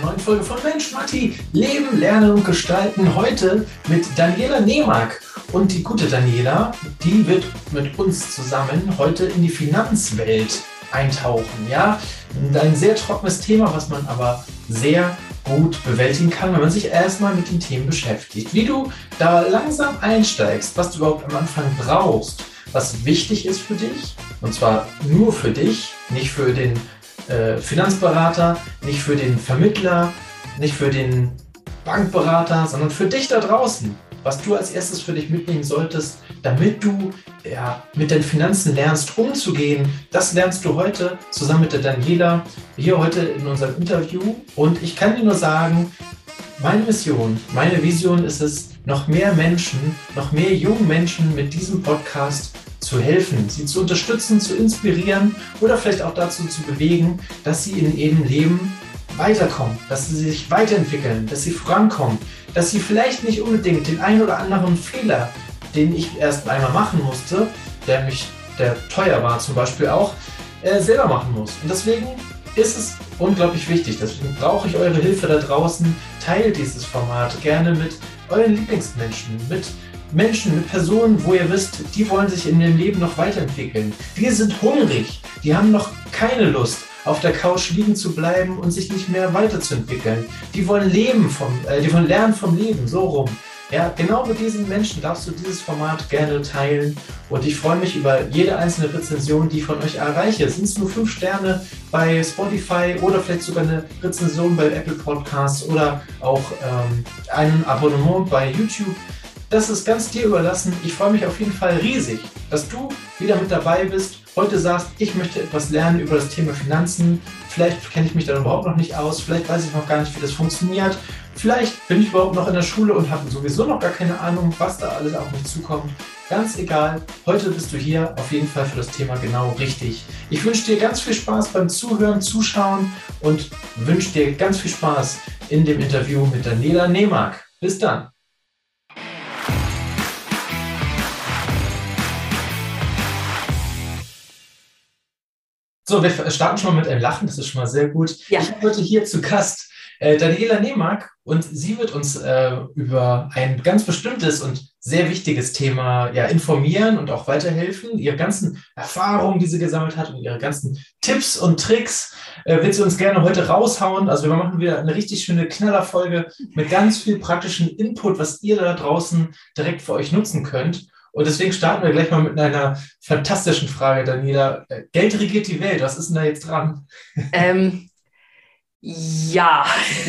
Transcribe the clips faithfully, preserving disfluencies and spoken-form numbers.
neuen Folge von Mensch Matti, Leben, Lernen und Gestalten. Heute mit Daniela Nemak. Und die gute Daniela, die wird mit uns zusammen heute in die Finanzwelt eintauchen. Ja, ein sehr trockenes Thema, was man aber sehr gut bewältigen kann, wenn man sich erstmal mit den Themen beschäftigt. Wie du da langsam einsteigst, was du überhaupt am Anfang brauchst, was wichtig ist für dich, und zwar nur für dich, nicht für den äh, Finanzberater, nicht für den Vermittler, nicht für den Bankberater, sondern für dich da draußen, was du als erstes für dich mitnehmen solltest, damit du ja, mit den Finanzen lernst umzugehen. Das lernst du heute zusammen mit der Daniela hier heute in unserem Interview. Und ich kann dir nur sagen, meine Mission, meine Vision ist es, noch mehr Menschen, noch mehr jungen Menschen mit diesem Podcast zu helfen, sie zu unterstützen, zu inspirieren oder vielleicht auch dazu zu bewegen, dass sie in ihrem Leben weiterkommen, dass sie sich weiterentwickeln, dass sie vorankommen, dass sie vielleicht nicht unbedingt den einen oder anderen Fehler, den ich erst einmal machen musste, der mich, der teuer war zum Beispiel auch, äh, selber machen muss. Und deswegen ist es unglaublich wichtig. Deswegen brauche ich eure Hilfe da draußen. Teilt dieses Format gerne mit euren Lieblingsmenschen, mit Menschen, mit Personen, wo ihr wisst, die wollen sich in ihrem Leben noch weiterentwickeln. Die sind hungrig, die haben noch keine Lust, auf der Couch liegen zu bleiben und sich nicht mehr weiterzuentwickeln. Die wollen leben vom, äh, die wollen lernen vom Leben, so rum. Ja, genau mit diesen Menschen darfst du dieses Format gerne teilen und ich freue mich über jede einzelne Rezension, die ich von euch erreiche. Sind es nur fünf Sterne bei Spotify oder vielleicht sogar eine Rezension bei Apple Podcasts oder auch ähm, ein Abonnement bei YouTube? Das ist ganz dir überlassen. Ich freue mich auf jeden Fall riesig, dass du wieder mit dabei bist. Heute sagst, ich möchte etwas lernen über das Thema Finanzen. Vielleicht kenne ich mich da überhaupt noch nicht aus. Vielleicht weiß ich noch gar nicht, wie das funktioniert. Vielleicht bin ich überhaupt noch in der Schule und habe sowieso noch gar keine Ahnung, was da alles auf mich zukommt. Ganz egal, heute bist du hier auf jeden Fall für das Thema genau richtig. Ich wünsche dir ganz viel Spaß beim Zuhören, Zuschauen und wünsche dir ganz viel Spaß in dem Interview mit Daniela Nemak. Bis dann. So, wir starten schon mal mit einem Lachen, das ist schon mal sehr gut. Ja. Ich habe heute hier zu Gast äh, Daniela Nemak und sie wird uns äh, über ein ganz bestimmtes und sehr wichtiges Thema ja, informieren und auch weiterhelfen. Ihre ganzen Erfahrungen, die sie gesammelt hat und ihre ganzen Tipps und Tricks äh, wird sie uns gerne heute raushauen. Also wir machen wieder eine richtig schöne Knallerfolge mit ganz viel praktischen Input, was ihr da draußen direkt für euch nutzen könnt. Und deswegen starten wir gleich mal mit einer fantastischen Frage, Daniela. Geld regiert die Welt, was ist denn da jetzt dran? Ähm, ja.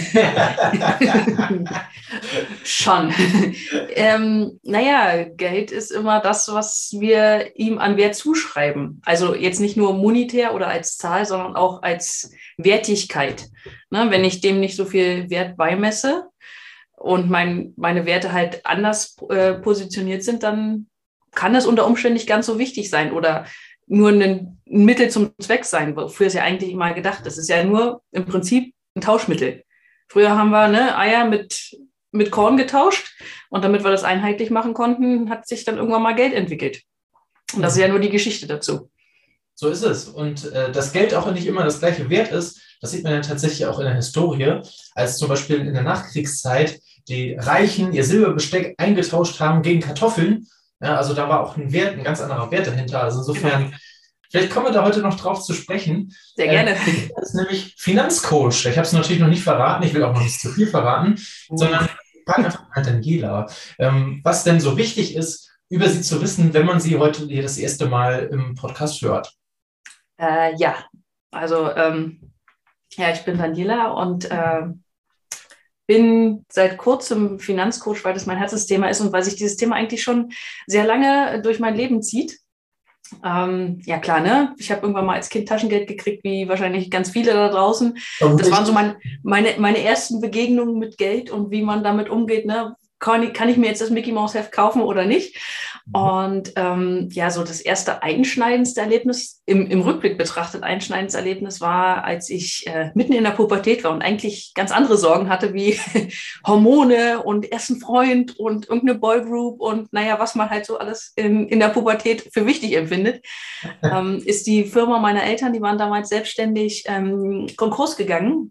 Schon. ähm, naja, Geld ist immer das, was wir ihm an Wert zuschreiben. Also jetzt nicht nur monetär oder als Zahl, sondern auch als Wertigkeit. Ne, wenn ich dem nicht so viel Wert beimesse und mein, meine Werte halt anders äh, positioniert sind, dann kann das unter Umständen nicht ganz so wichtig sein oder nur ein Mittel zum Zweck sein, wofür es ja eigentlich mal gedacht ist. Es ist ja nur im Prinzip ein Tauschmittel. Früher haben wir ne, Eier mit, mit Korn getauscht und damit wir das einheitlich machen konnten, hat sich dann irgendwann mal Geld entwickelt. Und das ist ja nur die Geschichte dazu. So ist es. Und äh, dass Geld auch nicht immer das gleiche Wert ist, das sieht man ja tatsächlich auch in der Historie, als zum Beispiel in der Nachkriegszeit die Reichen ihr Silberbesteck eingetauscht haben gegen Kartoffeln. Ja, also da war auch ein Wert, ein ganz anderer Wert dahinter. Also insofern, vielleicht kommen wir da heute noch drauf zu sprechen. Sehr gerne. Äh, das ist nämlich Finanzcoach. Ich habe es natürlich noch nicht verraten, ich will auch noch nicht zu viel verraten, oh. sondern frage einfach mal Daniela, ähm, was denn so wichtig ist, über sie zu wissen, wenn man sie heute das erste Mal im Podcast hört. Äh, ja, also ähm, ja, ich bin Daniela und äh, bin seit kurzem Finanzcoach, weil das mein Herzensthema ist und weil sich dieses Thema eigentlich schon sehr lange durch mein Leben zieht. Ähm, ja klar, ne? Ich habe irgendwann mal als Kind Taschengeld gekriegt, wie wahrscheinlich ganz viele da draußen. Das waren so mein, meine, meine ersten Begegnungen mit Geld und wie man damit umgeht, ne? Kann ich, kann ich mir jetzt das Mickey Mouse Heft kaufen oder nicht? Mhm. Und ähm, ja, so das erste einschneidendste Erlebnis, im, im Rückblick betrachtet einschneidendes Erlebnis war, als ich äh, mitten in der Pubertät war und eigentlich ganz andere Sorgen hatte, wie Hormone und ersten Freund und irgendeine Boygroup und naja, was man halt so alles in, in der Pubertät für wichtig empfindet, ähm, ist die Firma meiner Eltern, die waren damals selbstständig, ähm, Konkurs gegangen.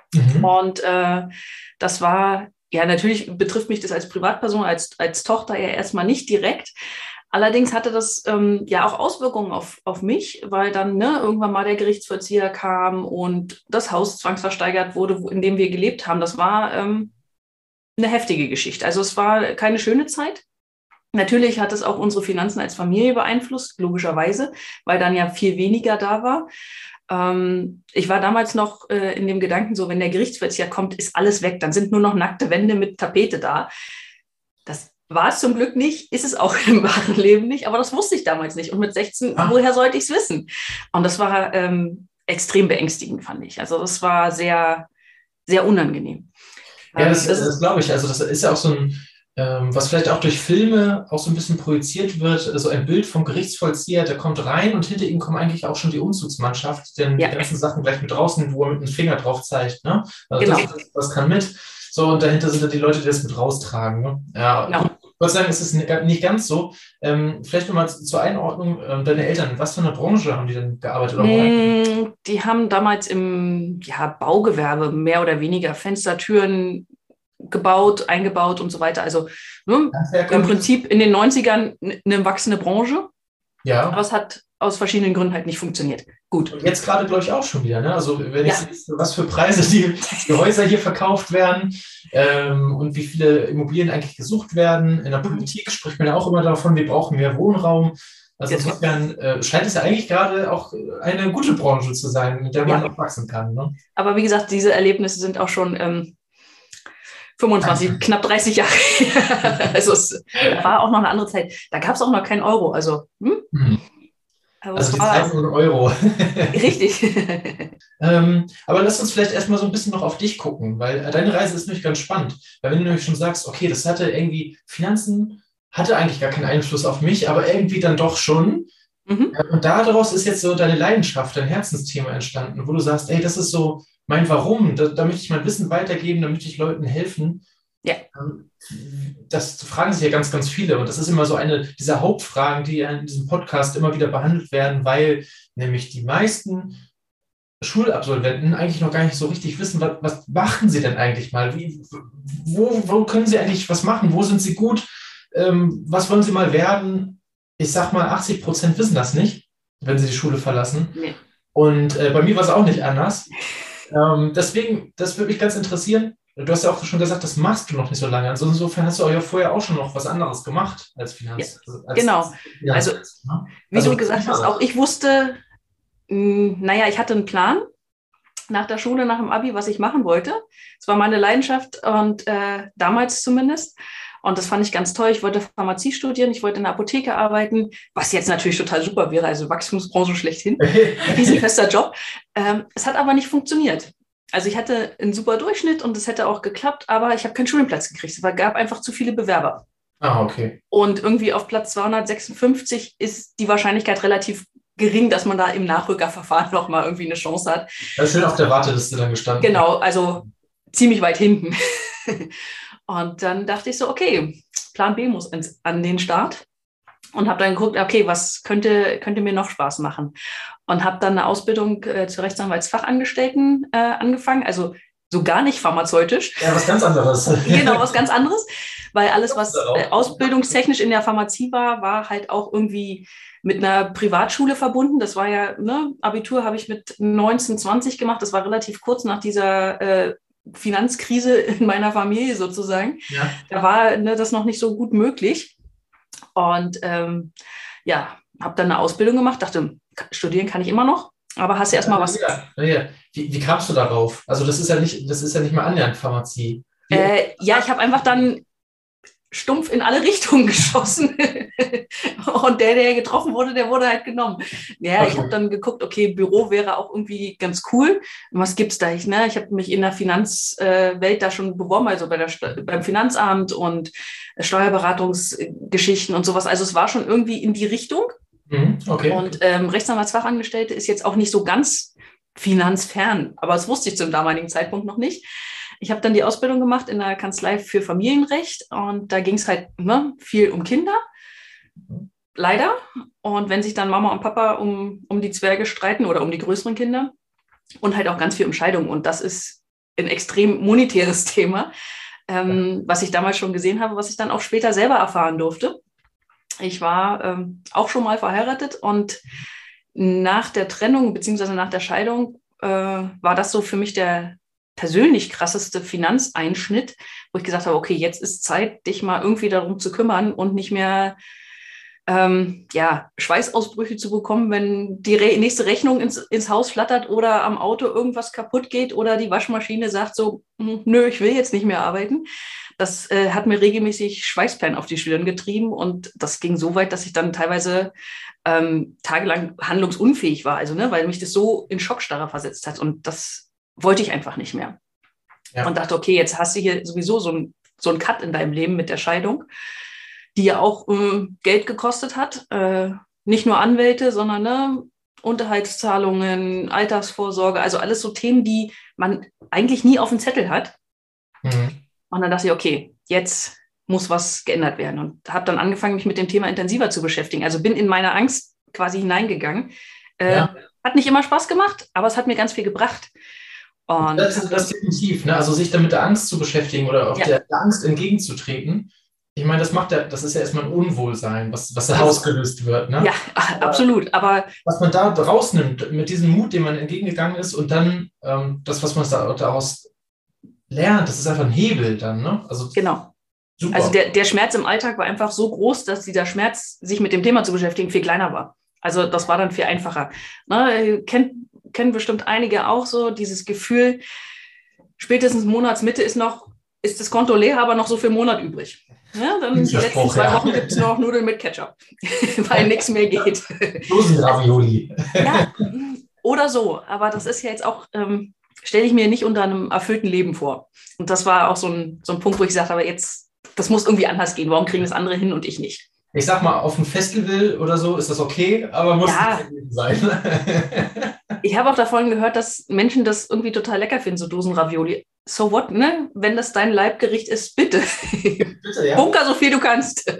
Mhm. Und äh, das war, ja, natürlich betrifft mich das als Privatperson, als, als Tochter ja erstmal nicht direkt. Allerdings hatte das ähm, ja auch Auswirkungen auf, auf mich, weil dann ne, irgendwann mal der Gerichtsvollzieher kam und das Haus zwangsversteigert wurde, wo, in dem wir gelebt haben. Das war ähm, eine heftige Geschichte. Also es war keine schöne Zeit. Natürlich hat es auch unsere Finanzen als Familie beeinflusst, logischerweise, weil dann ja viel weniger da war. Ähm, ich war damals noch äh, in dem Gedanken, so wenn der Gerichtsvollzieher kommt, ist alles weg. Dann sind nur noch nackte Wände mit Tapete da. Das war es zum Glück nicht, ist es auch im wahren Leben nicht, aber das wusste ich damals nicht. Und mit sechzehn, Ah. woher sollte ich es wissen? Und das war ähm, extrem beängstigend, fand ich. Also das war sehr, sehr unangenehm. Ja, Ähm, das, das das ist, glaube ich. Also das ist ja auch so ein, ähm, was vielleicht auch durch Filme auch so ein bisschen projiziert wird, so ein Bild vom Gerichtsvollzieher, der kommt rein und hinter ihm kommen eigentlich auch schon die Umzugsmannschaft, denn ja, die ganzen Sachen gleich mit draußen, wo er mit dem Finger drauf zeigt, ne? Also genau, das, das, das kann mit. So, und dahinter sind dann die Leute, die das mit raustragen. Ne? Ja, genau. ich würde sagen, es ist nicht ganz so. Ähm, vielleicht nochmal zur Einordnung, ähm, deine Eltern, in was für eine Branche haben die denn gearbeitet oder woher? Mm, Die haben damals im ja, Baugewerbe mehr oder weniger Fenster, Türen gebaut, eingebaut und so weiter. Also ne, im Handwerker? Prinzip in den neunzigern eine wachsende Branche, aber Ja. es hat aus verschiedenen Gründen halt nicht funktioniert. Gut. Und jetzt gerade, glaube ich, auch schon wieder. Ne? Also wenn ich Ja, sehe, was für Preise die, die Häuser hier verkauft werden ähm, und wie viele Immobilien eigentlich gesucht werden. In der Politik spricht man ja auch immer davon, wir brauchen mehr Wohnraum. Also genau. insofern äh, scheint es ja eigentlich gerade auch eine gute Branche zu sein, mit der man Ja, auch wachsen kann. Ne? aber wie gesagt, diese Erlebnisse sind auch schon ähm, fünfundzwanzig, knapp dreißig Jahre her. Also es da war auch noch eine andere Zeit. Da gab es auch noch keinen Euro. Also, hm? Hm. Also Also es die Zeiten war ohne Euro. richtig. Ähm, aber lass uns vielleicht erstmal so ein bisschen noch auf dich gucken, weil äh, deine Reise ist nämlich ganz spannend. Weil wenn du nämlich schon sagst, okay, das hatte irgendwie, Finanzen hatte eigentlich gar keinen Einfluss auf mich, aber irgendwie dann doch schon. Mhm. Ja, und daraus ist jetzt so deine Leidenschaft, dein Herzensthema entstanden, wo du sagst, ey, das ist so mein Warum, da, da möchte ich mein Wissen weitergeben, da möchte ich Leuten helfen. Ja, Ähm, Das fragen sich ja ganz, ganz viele. Und das ist immer so eine dieser Hauptfragen, die in diesem Podcast immer wieder behandelt werden, weil nämlich die meisten Schulabsolventen eigentlich noch gar nicht so richtig wissen, was, was machen sie denn eigentlich mal? Wie, wo, wo können sie eigentlich was machen? Wo sind sie gut? Ähm, was wollen sie mal werden? Ich sag mal, achtzig Prozent wissen das nicht, wenn sie die Schule verlassen. nee. Und äh, bei mir war es auch nicht anders. Ähm, deswegen, das würde mich ganz interessieren. Du hast ja auch schon gesagt, das machst du noch nicht so lange. Also insofern hast du ja vorher auch schon noch was anderes gemacht als Ja, Finanz. Also als, genau. Also, Finanz, ne? wie Also du gesagt hast, auch ich wusste, mh, naja, ich hatte einen Plan nach der Schule, nach dem Abi, was ich machen wollte. Es war meine Leidenschaft und äh, damals zumindest. Und das fand ich ganz toll. Ich wollte Pharmazie studieren, ich wollte in der Apotheke arbeiten, was jetzt natürlich total super wäre, also Wachstumsbranche schlechthin. Riesenfester Job. Ähm, es hat aber nicht funktioniert. Also ich hatte einen super Durchschnitt und es hätte auch geklappt, aber ich habe keinen Studienplatz gekriegt. Es gab einfach zu viele Bewerber. Ah, okay. Und irgendwie auf Platz zweihundertsechsundfünfzig ist die Wahrscheinlichkeit relativ gering, dass man da im Nachrückerverfahren nochmal irgendwie eine Chance hat. Ja, schön auf der Warteliste dann gestanden. Genau, also ziemlich weit hinten. Und dann dachte ich so, okay, Plan B muss ins, an den Start. Und habe dann geguckt, okay, was könnte, könnte mir noch Spaß machen? Und habe dann eine Ausbildung äh, zur Rechtsanwaltsfachangestellten äh, angefangen, also so gar nicht pharmazeutisch. Ja, was ganz anderes. Genau, was ganz anderes, weil alles, was äh, ausbildungstechnisch in der Pharmazie war, war halt auch irgendwie mit einer Privatschule verbunden. Das war ja, ne, Abitur habe ich mit neunzehn, zwanzig gemacht. Das war relativ kurz nach dieser äh, Finanzkrise in meiner Familie sozusagen. Ja. Da war ne, das noch nicht so gut möglich. Und ähm, ja, habe dann eine Ausbildung gemacht, dachte, studieren kann ich immer noch, aber hast du erstmal was. Ja, ja. Wie, wie kamst du darauf? Also das ist ja nicht, das ist ja nicht mal annähernd Pharmazie. Wie, Äh, ja, ich habe einfach dann stumpf in alle Richtungen geschossen. Und der, der getroffen wurde, der wurde halt genommen. Ja, Okay. ich habe dann geguckt, okay, Büro wäre auch irgendwie ganz cool. Was gibt's da? Ich, ne? ich habe mich in der Finanzwelt äh, da schon beworben, also bei der, beim Finanzamt und Steuerberatungsgeschichten und sowas. Also es war schon irgendwie in die Richtung. Mhm, okay. Und ähm, Rechtsanwaltsfachangestellte ist jetzt auch nicht so ganz finanzfern, aber das wusste ich zum damaligen Zeitpunkt noch nicht. Ich habe dann die Ausbildung gemacht in der Kanzlei für Familienrecht und da ging es halt ne, viel um Kinder, leider. Und wenn sich dann Mama und Papa um, um die Zwerge streiten oder um die größeren Kinder und halt auch ganz viel um Scheidung. Und das ist ein extrem monetäres Thema, ähm, was ich damals schon gesehen habe, was ich dann auch später selber erfahren durfte. Ich war ähm, auch schon mal verheiratet und nach der Trennung beziehungsweise nach der Scheidung äh, war das so für mich der persönlich krasseste Finanzeinschnitt, wo ich gesagt habe, okay, jetzt ist Zeit, dich mal irgendwie darum zu kümmern und nicht mehr ähm, ja, Schweißausbrüche zu bekommen, wenn die re- nächste Rechnung ins, ins Haus flattert oder am Auto irgendwas kaputt geht oder die Waschmaschine sagt so, nö, ich will jetzt nicht mehr arbeiten. Das äh, hat mir regelmäßig Schweißperlen auf die Stirn getrieben und das ging so weit, dass ich dann teilweise ähm, tagelang handlungsunfähig war, also ne, weil mich das so in Schockstarre versetzt hat und das wollte ich einfach nicht mehr. Ja. Und dachte, okay, jetzt hast du hier sowieso so ein, so ein Cut in deinem Leben mit der Scheidung, die ja auch äh, Geld gekostet hat, äh, nicht nur Anwälte, sondern ne, Unterhaltszahlungen, Altersvorsorge, also alles so Themen, die man eigentlich nie auf dem Zettel hat. Mhm. Und dann dachte ich, okay, jetzt muss was geändert werden. Und habe dann angefangen, mich mit dem Thema intensiver zu beschäftigen. Also bin in meine Angst quasi hineingegangen. Äh, ja. Hat nicht immer Spaß gemacht, aber es hat mir ganz viel gebracht. Und das ist das definitiv, ne? Also sich dann mit der Angst zu beschäftigen oder auch ja. der, der Angst entgegenzutreten. Ich meine, das macht ja, das ist ja erstmal ein Unwohlsein, was, was da also, ausgelöst wird. Ne? Ja, absolut. Aber was man da rausnimmt, mit diesem Mut, dem man entgegengegangen ist und dann ähm, das, was man daraus lernt, das ist einfach ein Hebel dann, ne? Also, genau. Super. Also der, der Schmerz im Alltag war einfach so groß, dass dieser Schmerz, sich mit dem Thema zu beschäftigen, viel kleiner war. Also das war dann viel einfacher. Ne? Kennt, kennen bestimmt einige auch so dieses Gefühl, spätestens Monatsmitte ist noch, ist das Konto leer, aber noch so viel Monat übrig. Ja, dann die letzten zwei Wochen gibt es noch Nudeln mit Ketchup, weil nichts mehr geht. Dosenravioli. Ja, oder so. Aber das ist ja jetzt auch... Ähm, stelle ich mir nicht unter einem erfüllten Leben vor. Und das war auch so ein, so ein Punkt, wo ich gesagt habe, jetzt, das muss irgendwie anders gehen. Warum kriegen das andere hin und ich nicht? Ich sag mal, auf einem Festival oder so ist das okay, aber muss ja. nicht sein. Ich habe auch davon gehört, dass Menschen das irgendwie total lecker finden, so Dosenravioli. So what, ne? Wenn das dein Leibgericht ist, bitte. bitte ja. Bunker so viel du kannst.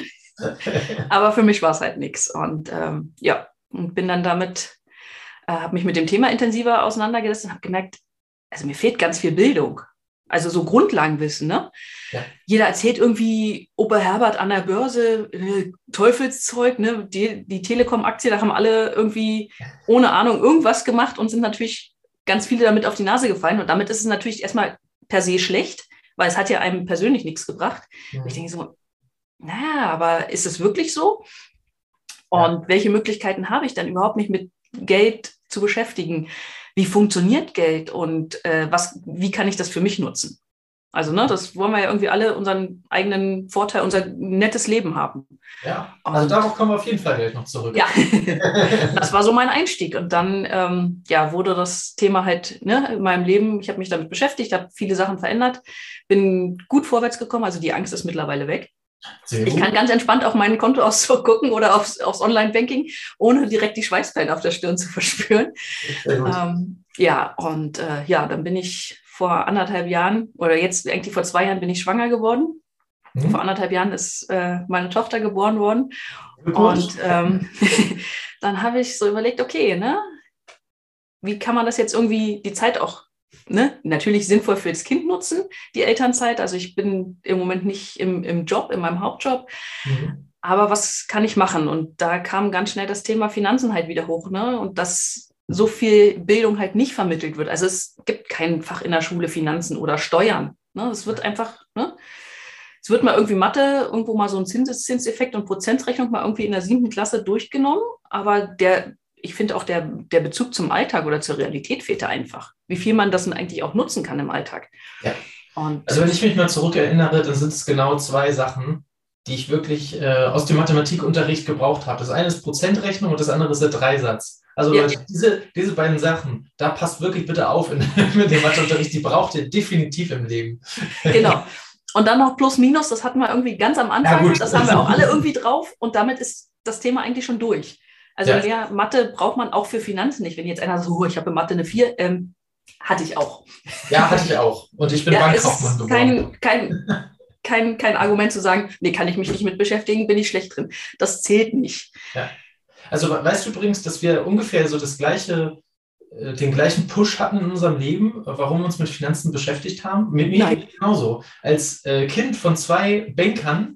Aber für mich war es halt nichts. Und ähm, ja, und bin dann damit... habe mich mit dem Thema intensiver auseinandergesetzt und habe gemerkt, also mir fehlt ganz viel Bildung. Also so Grundlagenwissen. Ne? Ja. Jeder erzählt irgendwie, Opa Herbert an der Börse, äh, Teufelszeug, ne? die, die Telekom-Aktie, da haben alle irgendwie ohne Ahnung irgendwas gemacht und sind natürlich ganz viele damit auf die Nase gefallen. Und damit ist es natürlich erstmal per se schlecht, weil es hat ja einem persönlich nichts gebracht. Ja. Ich denke so, naja, aber ist es wirklich so? Und ja. welche Möglichkeiten habe ich dann überhaupt nicht mit Geld zu beschäftigen? Wie funktioniert Geld und äh, was, wie kann ich das für mich nutzen? Also, ne, das wollen wir ja irgendwie alle unseren eigenen Vorteil, unser nettes Leben haben. Ja, also und, darauf kommen wir auf jeden Fall gleich noch zurück. Ja, das war so mein Einstieg. Und dann ähm, ja, wurde das Thema halt ne, in meinem Leben, ich habe mich damit beschäftigt, habe viele Sachen verändert, bin gut vorwärts gekommen, also die Angst ist mittlerweile weg. Ich kann ganz entspannt auf meinen Kontoauszug gucken oder aufs, aufs Online-Banking, ohne direkt die Schweißperlen auf der Stirn zu verspüren. Ähm, ja, und äh, ja, dann bin ich vor anderthalb Jahren, oder jetzt eigentlich vor zwei Jahren bin ich schwanger geworden. Mhm. Vor anderthalb Jahren ist äh, meine Tochter geboren worden. Und ähm, dann habe ich so überlegt, okay, ne, wie kann man das jetzt irgendwie, die Zeit auch Ne, natürlich sinnvoll für das Kind nutzen, die Elternzeit. Also ich bin im Moment nicht im, im Job, in meinem Hauptjob. Mhm. Aber was kann ich machen? Und da kam ganz schnell das Thema Finanzen halt wieder hoch. Ne? Und dass so viel Bildung halt nicht vermittelt wird. Also es gibt kein Fach in der Schule Finanzen oder Steuern. Ne? Es wird einfach, ne? Es wird mal irgendwie Mathe, irgendwo mal so ein Zinseszinseffekt und Prozentrechnung mal irgendwie in der siebten Klasse durchgenommen. Aber der ich finde auch der, der Bezug zum Alltag oder zur Realität fehlt da einfach. Wie viel man das denn eigentlich auch nutzen kann im Alltag. Ja. Und also wenn ich mich mal zurückerinnere, dann sind es genau zwei Sachen, die ich wirklich äh, aus dem Mathematikunterricht gebraucht habe. Das eine ist Prozentrechnung und das andere ist der Dreisatz. Also ja. diese, diese beiden Sachen, da passt wirklich bitte auf in, mit dem Matheunterricht, die braucht ihr definitiv im Leben. Genau. Und dann noch Plus Minus, das hatten wir irgendwie ganz am Anfang, ja, das haben wir auch alle irgendwie drauf und damit ist das Thema eigentlich schon durch. Also ja. mehr Mathe braucht man auch für Finanzen nicht. Wenn jetzt einer sagt, oh, ich habe in Mathe eine vier, ähm, hatte ich auch. Ja, hatte ich auch. Und ich bin ja, Bankkaufmann geworden. Kein, kein, kein, kein Argument zu sagen, nee, kann ich mich nicht mit beschäftigen, bin ich schlecht drin. Das zählt nicht. Ja. Also weißt du übrigens, dass wir ungefähr so das gleiche den gleichen Push hatten in unserem Leben, warum wir uns mit Finanzen beschäftigt haben? Mit mir geht es genauso. Als äh, Kind von zwei Bankern,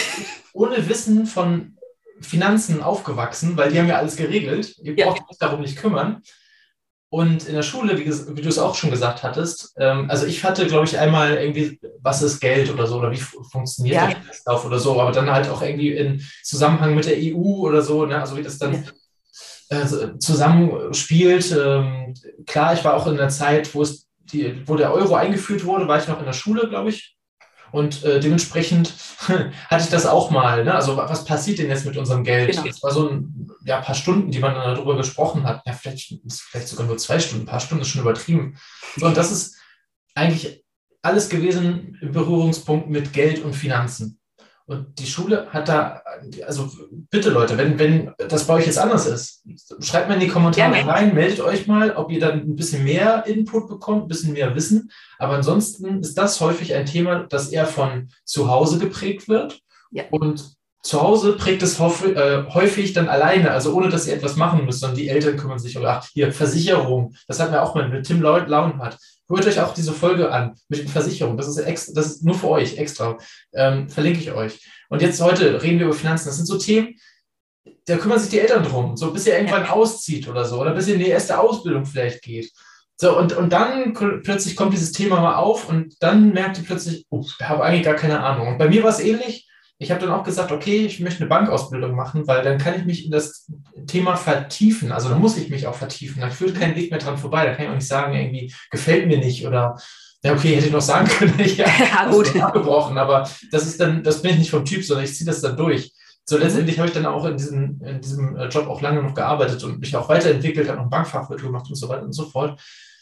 ohne Wissen von Finanzen aufgewachsen, weil die haben ja alles geregelt. Ihr Ja. braucht euch darum nicht kümmern. Und in der Schule, wie, wie du es auch schon gesagt hattest, ähm, also ich hatte, glaube ich, einmal irgendwie, was ist Geld oder so, oder wie funktioniert Ja. der Kreislauf oder so, aber dann halt auch irgendwie in Zusammenhang mit der E U oder so, ne? Also wie das dann Ja. äh, zusammenspielt. Ähm, klar, ich war auch in der Zeit, wo es die, wo der Euro eingeführt wurde, war ich noch in der Schule, glaube ich. Und äh, dementsprechend hatte ich das auch mal. Ne? Also was passiert denn jetzt mit unserem Geld? Genau. Es war so ein ja, paar Stunden, die man dann darüber gesprochen hat. Ja, vielleicht, vielleicht sogar nur zwei Stunden. Ein paar Stunden ist schon übertrieben. So, und das ist eigentlich alles gewesen im Berührungspunkt mit Geld und Finanzen. Und die Schule hat da, also bitte Leute, wenn, wenn das bei euch jetzt anders ist, schreibt mal in die Kommentare Gerne. rein, meldet euch mal, ob ihr dann ein bisschen mehr Input bekommt, ein bisschen mehr Wissen. Aber ansonsten ist das häufig ein Thema, das eher von zu Hause geprägt wird. Ja. Und zu Hause prägt es häufig, äh, häufig dann alleine, also ohne, dass ihr etwas machen müsst, sondern die Eltern kümmern sich. Oder ach, hier, Versicherung, das hatten wir auch mal mit Tim Launhardt. Hört euch auch diese Folge an mit den Versicherungen. Das ist, extra, das ist nur für euch extra. Ähm, verlinke ich euch. Und jetzt heute reden wir über Finanzen. Das sind so Themen, da kümmern sich die Eltern drum. So bis ihr irgendwann ja. auszieht oder so. Oder bis ihr in die erste Ausbildung vielleicht geht. So, und, und dann plötzlich kommt dieses Thema mal auf und dann merkt ihr plötzlich, oh, ich habe eigentlich gar keine Ahnung. Und bei mir war es ähnlich. Ich habe dann auch gesagt, okay, ich möchte eine Bankausbildung machen, weil dann kann ich mich in das Thema vertiefen. Also dann muss ich mich auch vertiefen. Da führt kein Weg mehr dran vorbei. Da kann ich auch nicht sagen, irgendwie gefällt mir nicht oder ja, okay, hätte ich noch sagen können, ich ja, ja gut. abgebrochen. Aber das ist dann, das bin ich nicht vom Typ, sondern ich ziehe das dann durch. So letztendlich habe ich dann auch in diesem, in diesem Job auch lange noch gearbeitet und mich auch weiterentwickelt, habe noch Bankfachwirt gemacht und so weiter und so fort.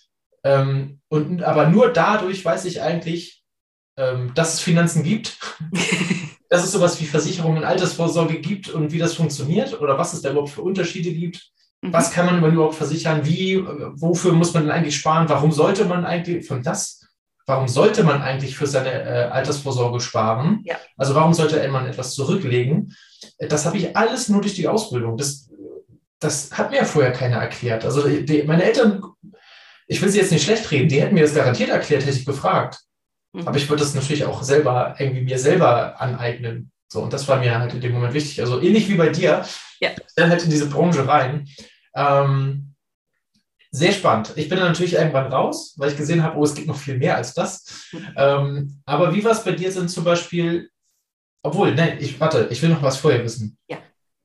Ähm, und, aber nur dadurch weiß ich eigentlich, ähm, dass es Finanzen gibt. Dass es sowas wie Versicherung und Altersvorsorge gibt und wie das funktioniert oder was es da überhaupt für Unterschiede gibt. Mhm. Was kann man überhaupt versichern? Wie, wofür muss man denn eigentlich sparen? Warum sollte man eigentlich von das? Warum sollte man eigentlich für seine äh, Altersvorsorge sparen? Ja. Also warum sollte man etwas zurücklegen? Das habe ich alles nur durch die Ausbildung. Das, das hat mir vorher keiner erklärt. Also die, meine Eltern, ich will sie jetzt nicht schlecht reden, die hätten mir das garantiert erklärt, hätte ich gefragt. Aber ich würde das natürlich auch selber, irgendwie mir selber aneignen. So, und das war mir halt in dem Moment wichtig. Also ähnlich wie bei dir, ja. dann halt in diese Branche rein. Ähm, sehr spannend. Ich bin dann natürlich irgendwann raus, weil ich gesehen habe, oh, es gibt noch viel mehr als das. Ähm, aber wie war es bei dir denn zum Beispiel, obwohl, nein, ich warte, ich will noch was vorher wissen. Ja.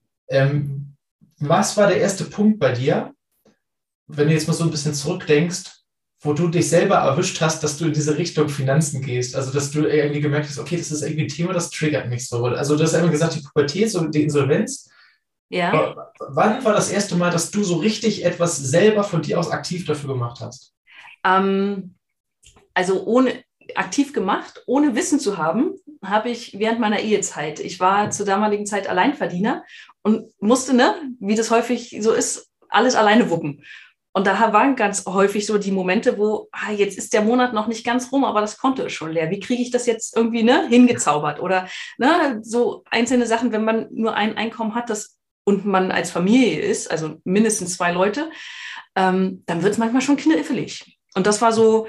Ähm, was war der erste Punkt bei dir, wenn du jetzt mal so ein bisschen zurückdenkst, wo du dich selber erwischt hast, dass du in diese Richtung Finanzen gehst? Also, dass du irgendwie gemerkt hast, okay, das ist irgendwie ein Thema, das triggert mich so. Also, du hast einmal gesagt, die Pubertät, so die Insolvenz. Ja. Aber wann war das erste Mal, dass du so richtig etwas selber von dir aus aktiv dafür gemacht hast? Ähm, also, ohne aktiv gemacht, ohne Wissen zu haben, habe ich während meiner Ehezeit, ich war zur damaligen Zeit Alleinverdiener und musste, ne, wie das häufig so ist, alles alleine wuppen. Und da waren ganz häufig so die Momente, wo, ah, jetzt ist der Monat noch nicht ganz rum, aber das Konto ist schon leer. Wie kriege ich das jetzt irgendwie ne, hingezaubert? Oder ne, so einzelne Sachen, wenn man nur ein Einkommen hat das, und man als Familie ist, also mindestens zwei Leute, ähm, dann wird es manchmal schon knifflig. Und das war so,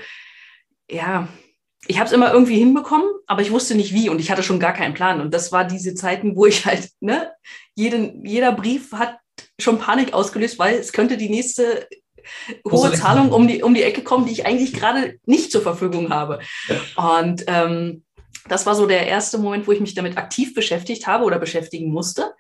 ja, ich habe es immer irgendwie hinbekommen, aber ich wusste nicht wie und ich hatte schon gar keinen Plan. Und das war diese Zeiten, wo ich halt, ne, jeden, jeder Brief hat schon Panik ausgelöst, weil es könnte die nächste hohe Zahlung um die, um die Ecke kommen, die ich eigentlich gerade nicht zur Verfügung habe. Und ähm, das war so der erste Moment, wo ich mich damit aktiv beschäftigt habe oder beschäftigen musste.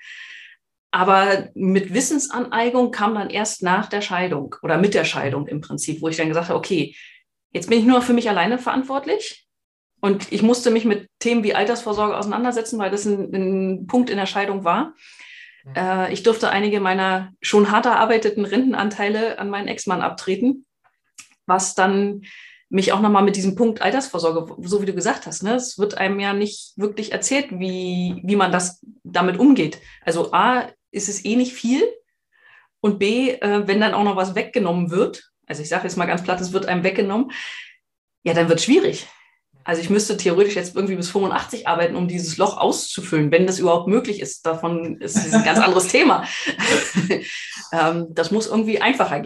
Aber mit Wissensaneigung kam dann erst nach der Scheidung oder mit der Scheidung im Prinzip, wo ich dann gesagt habe, okay, jetzt bin ich nur für mich alleine verantwortlich und ich musste mich mit Themen wie Altersvorsorge auseinandersetzen, weil das ein, ein Punkt in der Scheidung war. Äh, ich durfte einige meiner schon hart erarbeiteten Rentenanteile an meinen Ex-Mann abtreten, was dann mich auch nochmal mit diesem Punkt Altersvorsorge, so wie du gesagt hast, ne, es wird einem ja nicht wirklich erzählt, wie, wie man das damit umgeht. Also A, ist es eh nicht viel und B, äh, wenn dann auch noch was weggenommen wird, also ich sage jetzt mal ganz platt, es wird einem weggenommen, ja, dann wird es schwierig. Also ich müsste theoretisch jetzt irgendwie bis fünfundachtzig arbeiten, um dieses Loch auszufüllen, wenn das überhaupt möglich ist. Davon ist es ein ganz anderes Thema. ähm, das muss irgendwie einfacher gehen.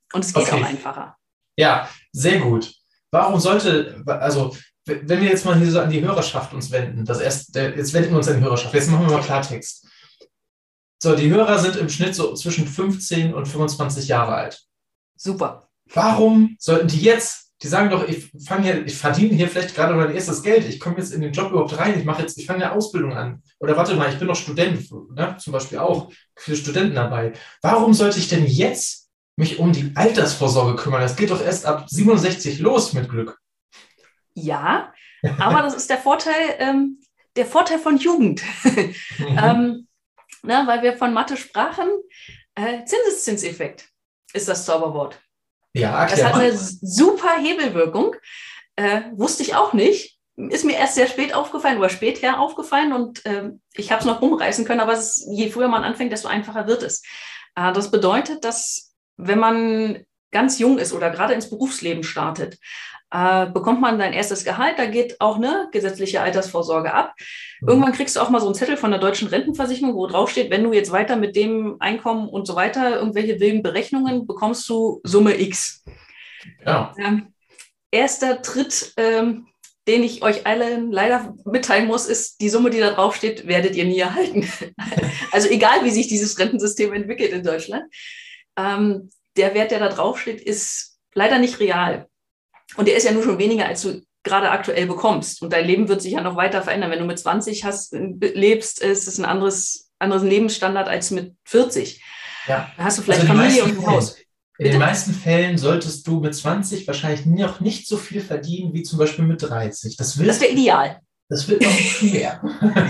Und es geht Okay. auch einfacher. Ja, sehr gut. Warum sollte, also wenn wir jetzt mal hier so an die Hörerschaft uns wenden, das erst, jetzt wenden wir uns an die Hörerschaft, jetzt machen wir mal Klartext. So, die Hörer sind im Schnitt so zwischen fünfzehn und fünfundzwanzig Jahre alt. Super. Warum sollten die jetzt, die sagen doch, ich fange hier, ich verdiene hier vielleicht gerade mein erstes Geld, ich komme jetzt in den Job überhaupt rein, ich mache jetzt, ich fange eine Ausbildung an. Oder warte mal, ich bin noch Student, ne? Zum Beispiel auch, viele Studenten dabei. Warum sollte ich denn jetzt mich um die Altersvorsorge kümmern? Das geht doch erst ab siebenundsechzig los mit Glück. Ja, aber das ist der Vorteil, ähm, der Vorteil von Jugend. Mhm. ähm, ne, weil wir von Mathe sprachen, äh, Zinseszinseffekt ist das Zauberwort. Ja, Das hat erklär eine mal. super Hebelwirkung. Äh, wusste ich auch nicht. Ist mir erst sehr spät aufgefallen oder später aufgefallen und äh, ich habe es noch rumreißen können, aber es ist, je früher man anfängt, desto einfacher wird es. Äh, das bedeutet, dass wenn man ganz jung ist oder gerade ins Berufsleben startet, äh, bekommt man dein erstes Gehalt, da geht auch eine gesetzliche Altersvorsorge ab. Irgendwann kriegst du auch mal so einen Zettel von der deutschen Rentenversicherung, wo drauf steht, wenn du jetzt weiter mit dem Einkommen und so weiter irgendwelche wilden Berechnungen, bekommst du Summe X. Ja. Ähm, erster Tritt, ähm, den ich euch allen leider mitteilen muss, ist, die Summe, die da drauf steht, werdet ihr nie erhalten. Also egal, wie sich dieses Rentensystem entwickelt in Deutschland. Ähm, der Wert, der da drauf steht, ist leider nicht real. Und der ist ja nur schon weniger, als du gerade aktuell bekommst. Und dein Leben wird sich ja noch weiter verändern. Wenn du mit zwanzig hast, lebst, ist es ein anderes, anderes Lebensstandard als mit vierzig. Ja. Da hast du vielleicht Also die Familie meisten und ein Haus. In den Bitte? meisten Fällen solltest du mit zwanzig wahrscheinlich noch nicht so viel verdienen wie zum Beispiel mit dreißig. Das wird, Das wäre ideal. das wird noch schwer.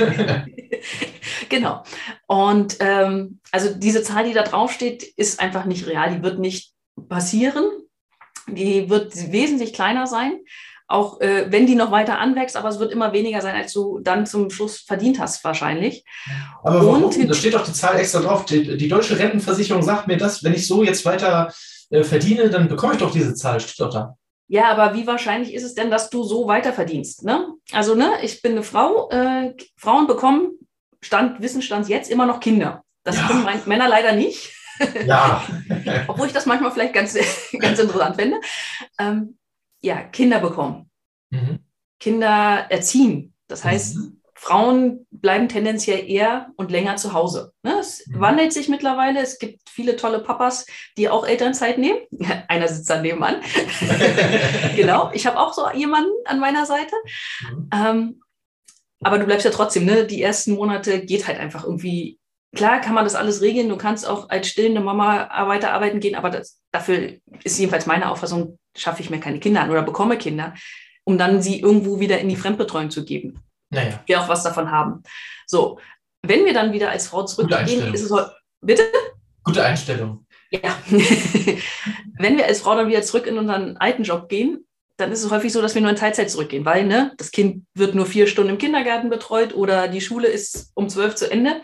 Genau. Und ähm, also diese Zahl, die da draufsteht, ist einfach nicht real. Die wird nicht passieren. Die wird wesentlich kleiner sein, auch äh, wenn die noch weiter anwächst, aber es wird immer weniger sein, als du dann zum Schluss verdient hast wahrscheinlich. Aber warum? Und Da steht doch die Zahl extra drauf. Die, die deutsche Rentenversicherung sagt mir das, wenn ich so jetzt weiter äh, verdiene, dann bekomme ich doch diese Zahl. Steht doch da. ja, aber wie wahrscheinlich ist es denn, dass du so weiter verdienst? Ne? Also, ne, ich bin eine Frau, äh, Frauen bekommen, Stand, Wissensstand jetzt immer noch Kinder. Das Ja. können mein, Männer leider nicht. Ja. Obwohl ich das manchmal vielleicht ganz, ganz interessant finde. Ähm, ja, Kinder bekommen, Mhm. Kinder erziehen. Das heißt, Mhm. Frauen bleiben tendenziell eher und länger zu Hause. Ne? Es Mhm. wandelt sich mittlerweile. Es gibt viele tolle Papas, die auch Elternzeit nehmen. Einer sitzt dann nebenan. Genau, ich habe auch so jemanden an meiner Seite. Mhm. Ähm, aber du bleibst ja trotzdem, ne? Die ersten Monate geht halt einfach irgendwie. Klar kann man das alles regeln. Du kannst auch als stillende Mama weiterarbeiten gehen, aber das, dafür ist jedenfalls meine Auffassung, schaffe ich mir keine Kinder an oder bekomme Kinder, um dann sie irgendwo wieder in die Fremdbetreuung zu geben. Naja. Wir auch was davon haben. So, wenn wir dann wieder als Frau zurückgehen, Einstellung. ist es heu- bitte? Gute Einstellung. Ja. Wenn wir als Frau dann wieder zurück in unseren alten Job gehen, dann ist es häufig so, dass wir nur in Teilzeit zurückgehen, weil ne, das Kind wird nur vier Stunden im Kindergarten betreut oder die Schule ist um zwölf zu Ende.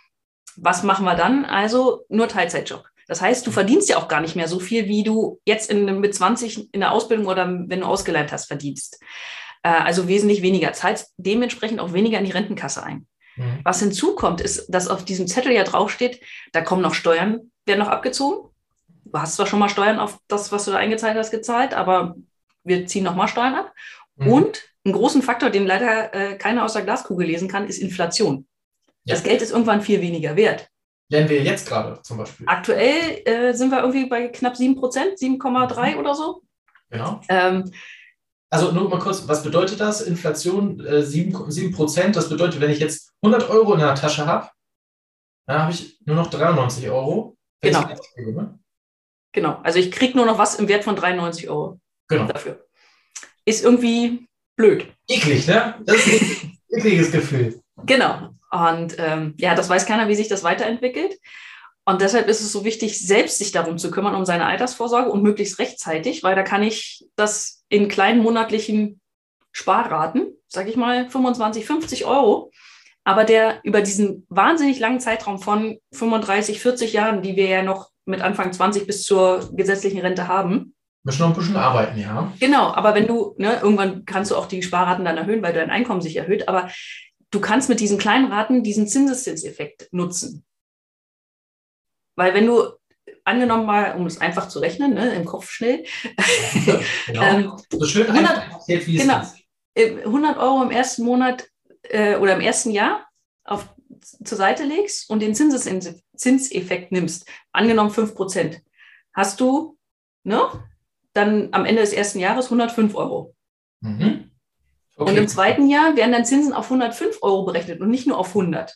Was machen wir dann? Also nur Teilzeitjob. Das heißt, du verdienst ja auch gar nicht mehr so viel, wie du jetzt in, mit zwanzig in der Ausbildung oder wenn du ausgelernt hast, verdienst. Äh, also wesentlich weniger. Zahlst dementsprechend auch weniger in die Rentenkasse ein. Mhm. Was hinzukommt, ist, dass auf diesem Zettel ja draufsteht, da kommen noch Steuern, werden noch abgezogen. Du hast zwar schon mal Steuern auf das, was du da eingezahlt hast, gezahlt, aber wir ziehen nochmal Steuern ab. Mhm. Und einen großen Faktor, den leider äh, keiner aus der Glaskugel lesen kann, ist Inflation. Ja. Das Geld ist irgendwann viel weniger wert. Lernen wir jetzt gerade zum Beispiel. Aktuell äh, sind wir irgendwie bei knapp sieben Prozent, sieben Komma drei oder so. Genau. Ähm, Also nur mal kurz, was bedeutet das? Inflation äh, sieben Prozent. Das bedeutet, wenn ich jetzt hundert Euro in der Tasche habe, dann habe ich nur noch dreiundneunzig Euro. Wenn Genau. ich jetzt gebe, ne? genau. Also ich kriege nur noch was im Wert von dreiundneunzig Euro Genau. dafür. Ist irgendwie blöd. Eklig, ne? Das ist ein ekliges Gefühl. Genau. Und ähm, ja, das weiß keiner, wie sich das weiterentwickelt. Und deshalb ist es so wichtig, selbst sich darum zu kümmern, um seine Altersvorsorge und möglichst rechtzeitig, weil da kann ich das in kleinen monatlichen Sparraten, sage ich mal, fünfundzwanzig, fünfzig Euro, aber der über diesen wahnsinnig langen Zeitraum von fünfunddreißig, vierzig Jahren, die wir ja noch mit Anfang zwanzig bis zur gesetzlichen Rente haben. Müssen noch ein bisschen arbeiten, ja. Genau, aber wenn du, ne, irgendwann kannst du auch die Sparraten dann erhöhen, weil dein Einkommen sich erhöht, aber du kannst mit diesen kleinen Raten diesen Zinseszinseffekt nutzen. Weil wenn du angenommen mal, um es einfach zu rechnen, ne, im Kopf schnell. Ja, genau. ähm, So schön hundert, einfach erzählt, wie genau, es ist. hundert Euro im ersten Monat äh, oder im ersten Jahr auf, zur Seite legst und den Zinseszinseffekt Zinseffekt nimmst, angenommen fünf Prozent, hast du ne, dann am Ende des ersten Jahres hundertfünf Euro. Mhm. Okay. Und im zweiten Jahr werden dann Zinsen auf hundertfünf Euro berechnet und nicht nur auf hundert.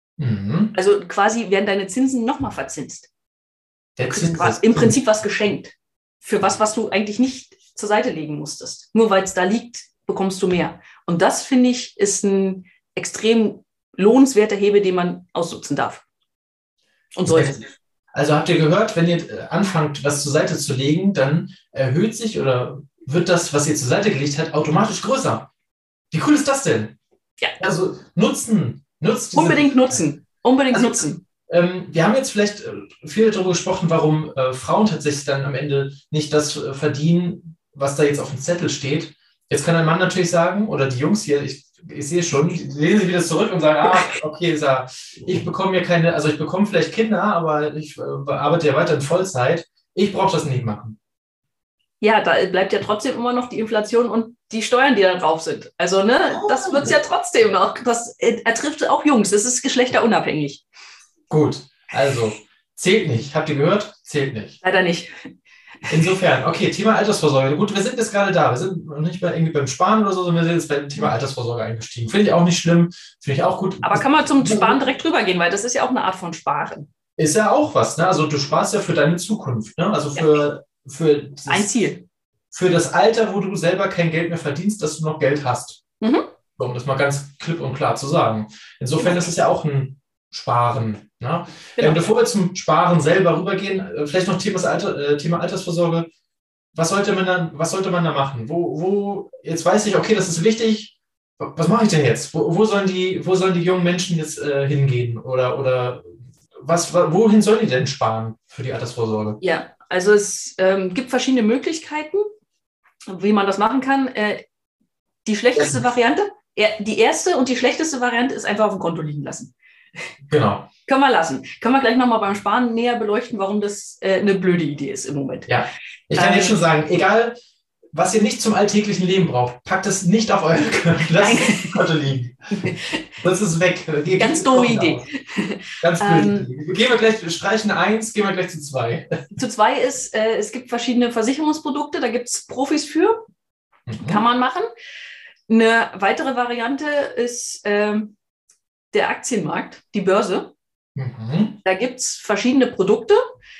Mhm. Also quasi werden deine Zinsen nochmal verzinst. Der Du kriegst Zins quasi ist im Prinzip was geschenkt. Für was, was du eigentlich nicht zur Seite legen musstest. Nur weil es da liegt, bekommst du mehr. Und das, finde ich, ist ein extrem lohnenswerter Hebel, den man ausnutzen darf. Und sollte. Also habt ihr gehört, wenn ihr anfangt, was zur Seite zu legen, dann erhöht sich oder wird das, was ihr zur Seite gelegt habt, automatisch größer. Wie cool ist das denn? Ja. Also nutzen. Nutzt diese Unbedingt nutzen. Unbedingt also, nutzen. Ähm, wir haben jetzt vielleicht äh, viel darüber gesprochen, warum äh, Frauen tatsächlich dann am Ende nicht das äh, verdienen, was da jetzt auf dem Zettel steht. Jetzt kann ein Mann natürlich sagen, oder die Jungs hier, ich, ich sehe schon, die lehnen sich wieder zurück und sagen, ah, okay, Sa, ich bekomme mir keine, also ich bekomme vielleicht Kinder, aber ich äh, arbeite ja weiter in Vollzeit. Ich brauche das nicht machen. Ja, da bleibt ja trotzdem immer noch die Inflation und die Steuern, die da drauf sind. Also, ne, das wird es ja trotzdem noch. Das ertrifft auch Jungs. Das ist geschlechterunabhängig. Gut, also zählt nicht. Habt ihr gehört? Zählt nicht. Leider nicht. Insofern, okay, Thema Altersvorsorge. Gut, wir sind jetzt gerade da. Wir sind noch nicht bei, irgendwie beim Sparen oder so, sondern wir sind jetzt beim Thema Altersvorsorge eingestiegen. Finde ich auch nicht schlimm. Finde ich auch gut. Aber kann man zum Sparen direkt drüber gehen, weil das ist ja auch eine Art von Sparen. Ist ja auch was, ne? Also du sparst ja für deine Zukunft, ne? Also für, ja. für dieses, ein Ziel. Für das Alter, wo du selber kein Geld mehr verdienst, dass du noch Geld hast. Mhm. Um das mal ganz klipp und klar zu sagen. Insofern ist es ja auch ein Sparen. Ne? Genau. Ähm, bevor wir zum Sparen selber rübergehen, äh, vielleicht noch Thema, Alter, äh, Thema Altersvorsorge. Was sollte man da, was sollte man da machen? Wo, wo, jetzt weiß ich, okay, das ist wichtig. Was mache ich denn jetzt? Wo, wo, sollen, die, wo sollen die jungen Menschen jetzt äh, hingehen? Oder, oder was, wohin sollen die denn sparen für die Altersvorsorge? Ja, also es ähm, gibt verschiedene Möglichkeiten, wie man das machen kann. Äh, die schlechteste ja. Variante, die erste und die schlechteste Variante ist einfach auf dem Konto liegen lassen. Genau. Können wir lassen. Können wir gleich nochmal beim Sparen näher beleuchten, warum das äh, eine blöde Idee ist im Moment. Ja, ich kann ähm, jetzt schon sagen, egal, was ihr nicht zum alltäglichen Leben braucht, packt es nicht auf euren Konto liegen. Das ist weg. Ge Ganz dumme Idee. Ganz blöd. Ähm, gehen wir gleich, wir streichen eins, gehen wir gleich zu zwei. Zu zwei ist, äh, es gibt verschiedene Versicherungsprodukte, da gibt es Profis für. Mhm. Kann man machen. Eine weitere Variante ist äh, der Aktienmarkt, die Börse. Mhm. Da gibt es verschiedene Produkte,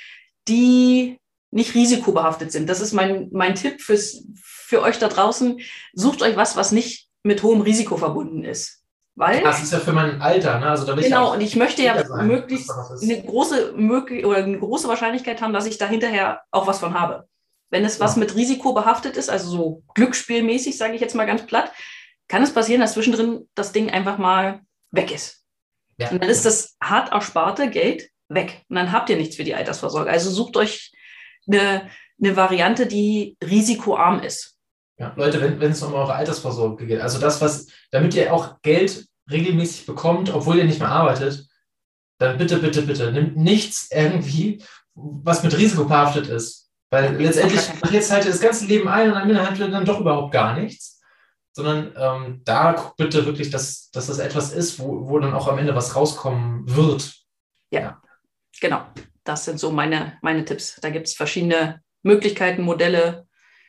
die nicht risikobehaftet sind. Das ist mein, mein Tipp fürs, für euch da draußen. Sucht euch was, was nicht mit hohem Risiko verbunden ist. Weil, das ist ja für mein Alter. Ne? Also da will genau, ich und ich möchte ja möglichst eine große, möglich, oder eine große Wahrscheinlichkeit haben, dass ich da hinterher auch was von habe. Wenn es was ja. mit Risiko behaftet ist, also so glücksspielmäßig, sage ich jetzt mal ganz platt, kann es passieren, dass zwischendrin das Ding einfach mal weg ist. Ja. Und dann ist das hart ersparte Geld weg. Und dann habt ihr nichts für die Altersvorsorge. Also sucht euch eine, eine Variante, die risikoarm ist. Ja, Leute, wenn, wenn es um eure Altersvorsorge geht, also das, was, damit ihr auch Geld regelmäßig bekommt, obwohl ihr nicht mehr arbeitet, dann bitte, bitte, bitte, nimmt nichts irgendwie, was mit Risiko behaftet ist. Weil letztendlich jetzt halt das ganze Leben ein und am Ende halt dann doch überhaupt gar nichts. Sondern ähm, da guckt bitte wirklich, dass, dass das etwas ist, wo, wo dann auch am Ende was rauskommen wird. Ja, ja. Genau. Das sind so meine, meine Tipps. Da gibt es verschiedene Möglichkeiten, Modelle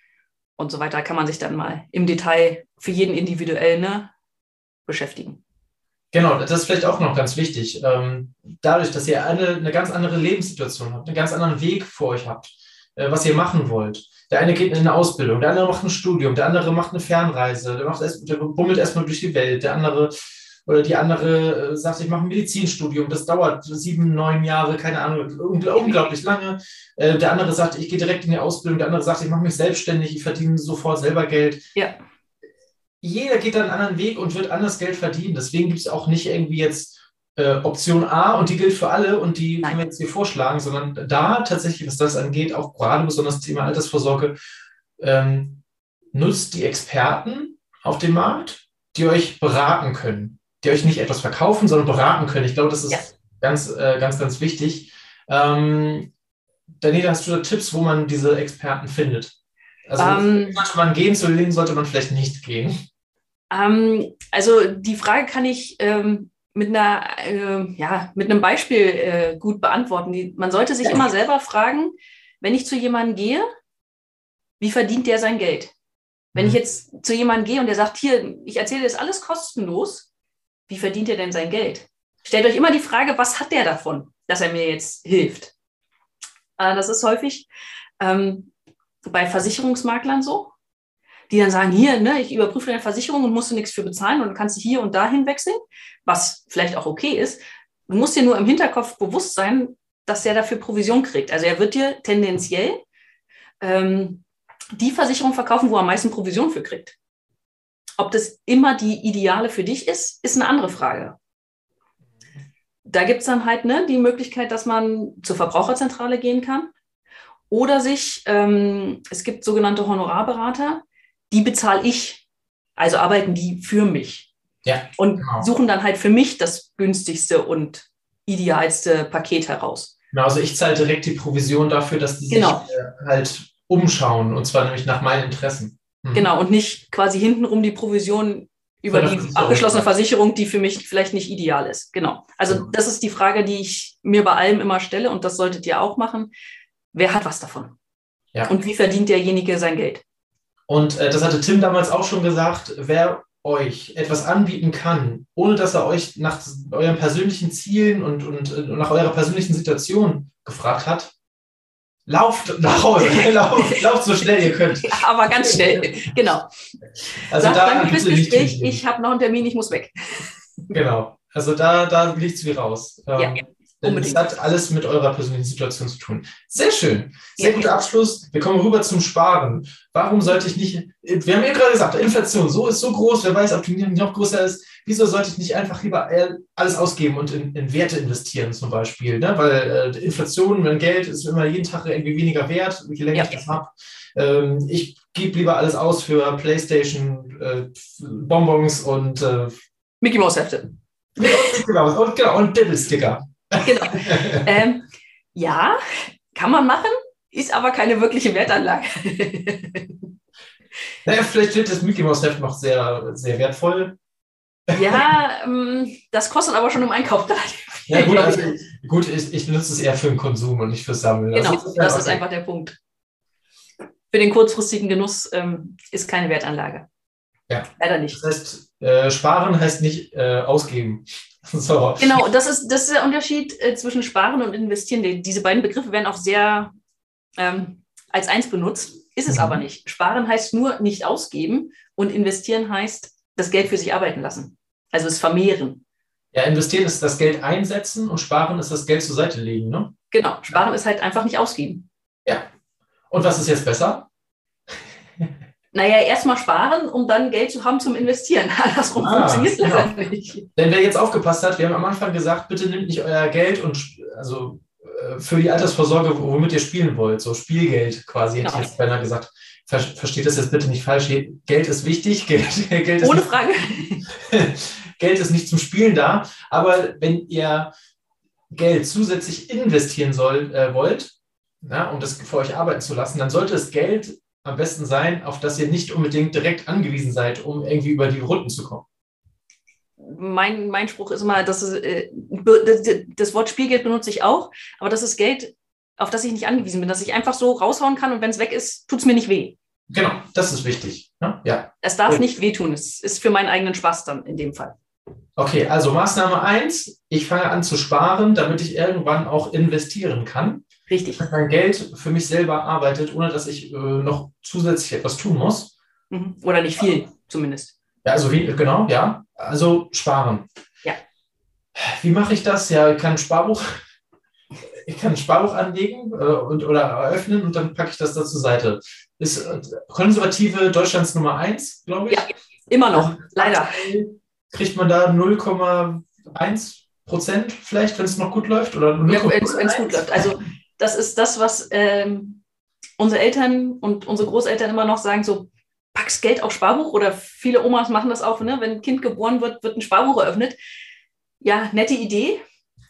und so weiter. Da kann man sich dann mal im Detail für jeden individuell ne, beschäftigen. Genau, das ist vielleicht auch noch ganz wichtig. Ähm, dadurch, dass ihr eine, eine ganz andere Lebenssituation habt, einen ganz anderen Weg vor euch habt, äh, was ihr machen wollt. Der eine geht in eine Ausbildung, der andere macht ein Studium, der andere macht eine Fernreise, der, macht erst, der bummelt erstmal durch die Welt, der andere oder die andere äh, sagt, ich mache ein Medizinstudium, das dauert sieben, neun Jahre, keine Ahnung, ungl- unglaublich lange. Äh, der andere sagt, ich gehe direkt in die Ausbildung, der andere sagt, ich mache mich selbstständig, ich verdiene sofort selber Geld. Ja. Jeder geht dann einen anderen Weg und wird anders Geld verdienen. Deswegen gibt es auch nicht irgendwie jetzt äh, Option A und die gilt für alle und die Nein. können wir jetzt hier vorschlagen, sondern da tatsächlich, was das angeht, auch gerade besonders das Thema Altersvorsorge, ähm, nutzt die Experten auf dem Markt, die euch beraten können, die euch nicht etwas verkaufen, sondern beraten können. Ich glaube, das ist ja. ganz, äh, ganz, ganz wichtig. Ähm, Daniela, hast du da Tipps, wo man diese Experten findet? Also Ähm, sollte man gehen, zu denen sollte man vielleicht nicht gehen. ähm, also die Frage kann ich ähm, mit einer, äh, ja, mit einem Beispiel äh, gut beantworten. Die, man sollte sich immer selber fragen, wenn ich zu jemandem gehe, wie verdient der sein Geld? Wenn ich Mhm. jetzt zu jemandem gehe und der sagt, hier, ich erzähle dir das alles kostenlos, wie verdient er denn sein Geld? Stellt euch immer die Frage, was hat der davon, dass er mir jetzt hilft? Äh, das ist häufig ähm, bei Versicherungsmaklern so, die dann sagen, hier, ne, ich überprüfe deine Versicherung und musst du nichts für bezahlen und dann kannst du hier und dahin wechseln, was vielleicht auch okay ist. Du musst dir nur im Hinterkopf bewusst sein, dass er dafür Provision kriegt. Also er wird dir tendenziell ähm, die Versicherung verkaufen, wo er am meisten Provision für kriegt. Ob das immer die ideale für dich ist, ist eine andere Frage. Da gibt es dann halt ne, die Möglichkeit, dass man zur Verbraucherzentrale gehen kann oder sich, ähm, es gibt sogenannte Honorarberater, die bezahle ich, also arbeiten die für mich Ja, und genau. suchen dann halt für mich das günstigste und idealste Paket heraus. Genau, also ich zahle direkt die Provision dafür, dass die sich Genau. äh, halt umschauen, und zwar nämlich nach meinen Interessen. Mhm. Genau, und nicht quasi hintenrum die Provision über Von der die Versicherung. abgeschlossene Versicherung, die für mich vielleicht nicht ideal ist. Genau. Also Genau. das ist die Frage, die ich mir bei allem immer stelle und das solltet ihr auch machen. Wer hat was davon? Ja. Und wie verdient derjenige sein Geld? Und äh, das hatte Tim damals auch schon gesagt, wer euch etwas anbieten kann, ohne dass er euch nach euren persönlichen Zielen und, und, und nach eurer persönlichen Situation gefragt hat, lauft nach Hause, lauft, lauft so schnell ihr könnt. Ja, aber ganz schnell, genau. Also Sagt, da danke fürs bitte nicht Gespräch, hingehen. ich habe noch einen Termin, ich muss weg. Genau, also da, da nichts wie raus. Ja, Ähm, denn es unbedingt. hat alles mit eurer persönlichen Situation zu tun. Sehr schön, sehr Ja. guter Abschluss. Wir kommen rüber zum Sparen. Warum sollte ich nicht, wir haben ja gerade gesagt, Inflation so ist so groß, wer weiß, ob die noch größer ist. Wieso sollte ich nicht einfach lieber alles ausgeben und in, in Werte investieren zum Beispiel? Ne? Weil äh, Inflation, mein Geld ist immer jeden Tag irgendwie weniger wert, je länger Ja. ich das habe. Ähm, ich gebe lieber alles aus für PlayStation, äh, Bonbons und äh, Mickey Mouse Hefte. genau, und, genau, und Diddle-Sticker. Genau. ähm, ja, kann man machen, ist aber keine wirkliche Wertanlage. Naja, vielleicht wird das Mickey Mouse Heft noch sehr, sehr wertvoll. Ja, ähm, das kostet aber schon im Einkauf relativ viel. Ja, gut, also, gut ich, ich nutze es eher für den Konsum und nicht fürs Sammeln. Genau, also, das okay. ist einfach der Punkt. Für den kurzfristigen Genuss ähm, ist keine Wertanlage. Ja. Leider nicht. Das heißt, äh, sparen heißt nicht äh, ausgeben. So. Genau, das ist, das ist der Unterschied äh, zwischen Sparen und Investieren. Die, diese beiden Begriffe werden auch sehr ähm, als eins benutzt, ist es Mhm. aber nicht. Sparen heißt nur nicht ausgeben und investieren heißt das Geld für sich arbeiten lassen. Also es vermehren. Ja, investieren ist das Geld einsetzen und sparen ist das Geld zur Seite legen, ne? Genau, sparen ist halt einfach nicht ausgeben. Ja. Und was ist jetzt besser? Naja, erstmal sparen, um dann Geld zu haben zum Investieren. Andersrum Ah, funktioniert es genau. leider nicht. Denn wer jetzt aufgepasst hat, wir haben am Anfang gesagt, bitte nehmt nicht euer Geld und also äh, für die Altersvorsorge, womit ihr spielen wollt, so Spielgeld quasi, hätte Genau. ich jetzt beinahe gesagt. Ver versteht das jetzt bitte nicht falsch. Geld ist wichtig, Geld, Geld ist Ohne nicht, Frage. Geld ist nicht zum Spielen da, aber wenn ihr Geld zusätzlich investieren soll, äh, wollt, na, um das für euch arbeiten zu lassen, dann sollte das Geld am besten sein, auf das ihr nicht unbedingt direkt angewiesen seid, um irgendwie über die Runden zu kommen. Mein, mein Spruch ist immer, dass es, äh, das, das Wort Spielgeld benutze ich auch, aber das ist Geld, auf das ich nicht angewiesen bin, dass ich einfach so raushauen kann und wenn es weg ist, tut es mir nicht weh. Genau, das ist wichtig. Ne? Ja. Es darf Gut. nicht wehtun, es ist für meinen eigenen Spaß dann in dem Fall. Okay, also Maßnahme eins, ich fange an zu sparen, damit ich irgendwann auch investieren kann. Richtig. Dass mein Geld für mich selber arbeitet, ohne dass ich äh, noch zusätzlich etwas tun muss. Mhm. Oder nicht viel, zumindest. Ja, also wie, genau, ja. Also sparen. Ja. Wie mache ich das? Ja, ich kann ein Sparbuch, ich kann ein Sparbuch anlegen äh, und, oder eröffnen und dann packe ich das da zur Seite. Ist äh, konservative Deutschlands Nummer eins, glaube ich. Ja, immer noch, leider. Kriegt man da null Komma eins Prozent vielleicht, wenn es noch gut läuft? Oder Ja, wenn es gut läuft. Also das ist das, was ähm, unsere Eltern und unsere Großeltern immer noch sagen, so packst Geld auf Sparbuch oder viele Omas machen das auch, ne? Wenn ein Kind geboren wird, wird ein Sparbuch eröffnet. Ja, nette Idee,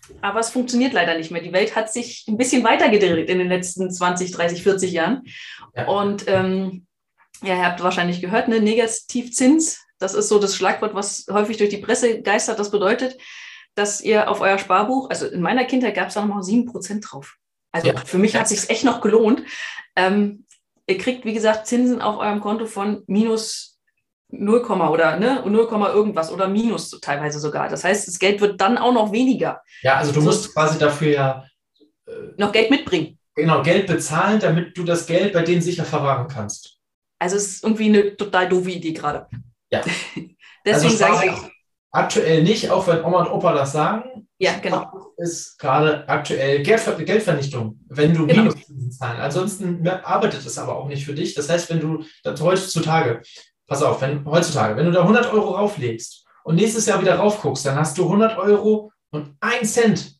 aber es funktioniert leider nicht mehr. Die Welt hat sich ein bisschen weitergedreht in den letzten zwanzig, dreißig, vierzig Jahren. Ja. Und ähm, ja, ihr habt wahrscheinlich gehört, ne? Negativzins, das ist so das Schlagwort, was häufig durch die Presse geistert. Das bedeutet, dass ihr auf euer Sparbuch, also in meiner Kindheit gab es da noch mal sieben Prozent drauf. Also ja. Für mich hat es sich echt noch gelohnt. Ähm, ihr kriegt, wie gesagt, Zinsen auf eurem Konto von minus null, oder ne, null, irgendwas oder minus teilweise sogar. Das heißt, das Geld wird dann auch noch weniger. Ja, also du so, musst quasi dafür ja äh, noch Geld mitbringen. Genau, Geld bezahlen, damit du das Geld bei denen sicher verwahren kannst. Also es ist irgendwie eine total doofe Idee gerade. Ja. Deswegen also sage ich aktuell nicht, auch wenn Oma und Opa das sagen. Ja, genau. Ist gerade aktuell Geldver- Geldvernichtung, wenn du genau. Minuszinsen zahlen. Ansonsten arbeitet es aber auch nicht für dich. Das heißt, wenn du das heutzutage, pass auf, wenn heutzutage, wenn du da hundert Euro rauflegst und nächstes Jahr wieder raufguckst, dann hast du hundert Euro und ein Cent.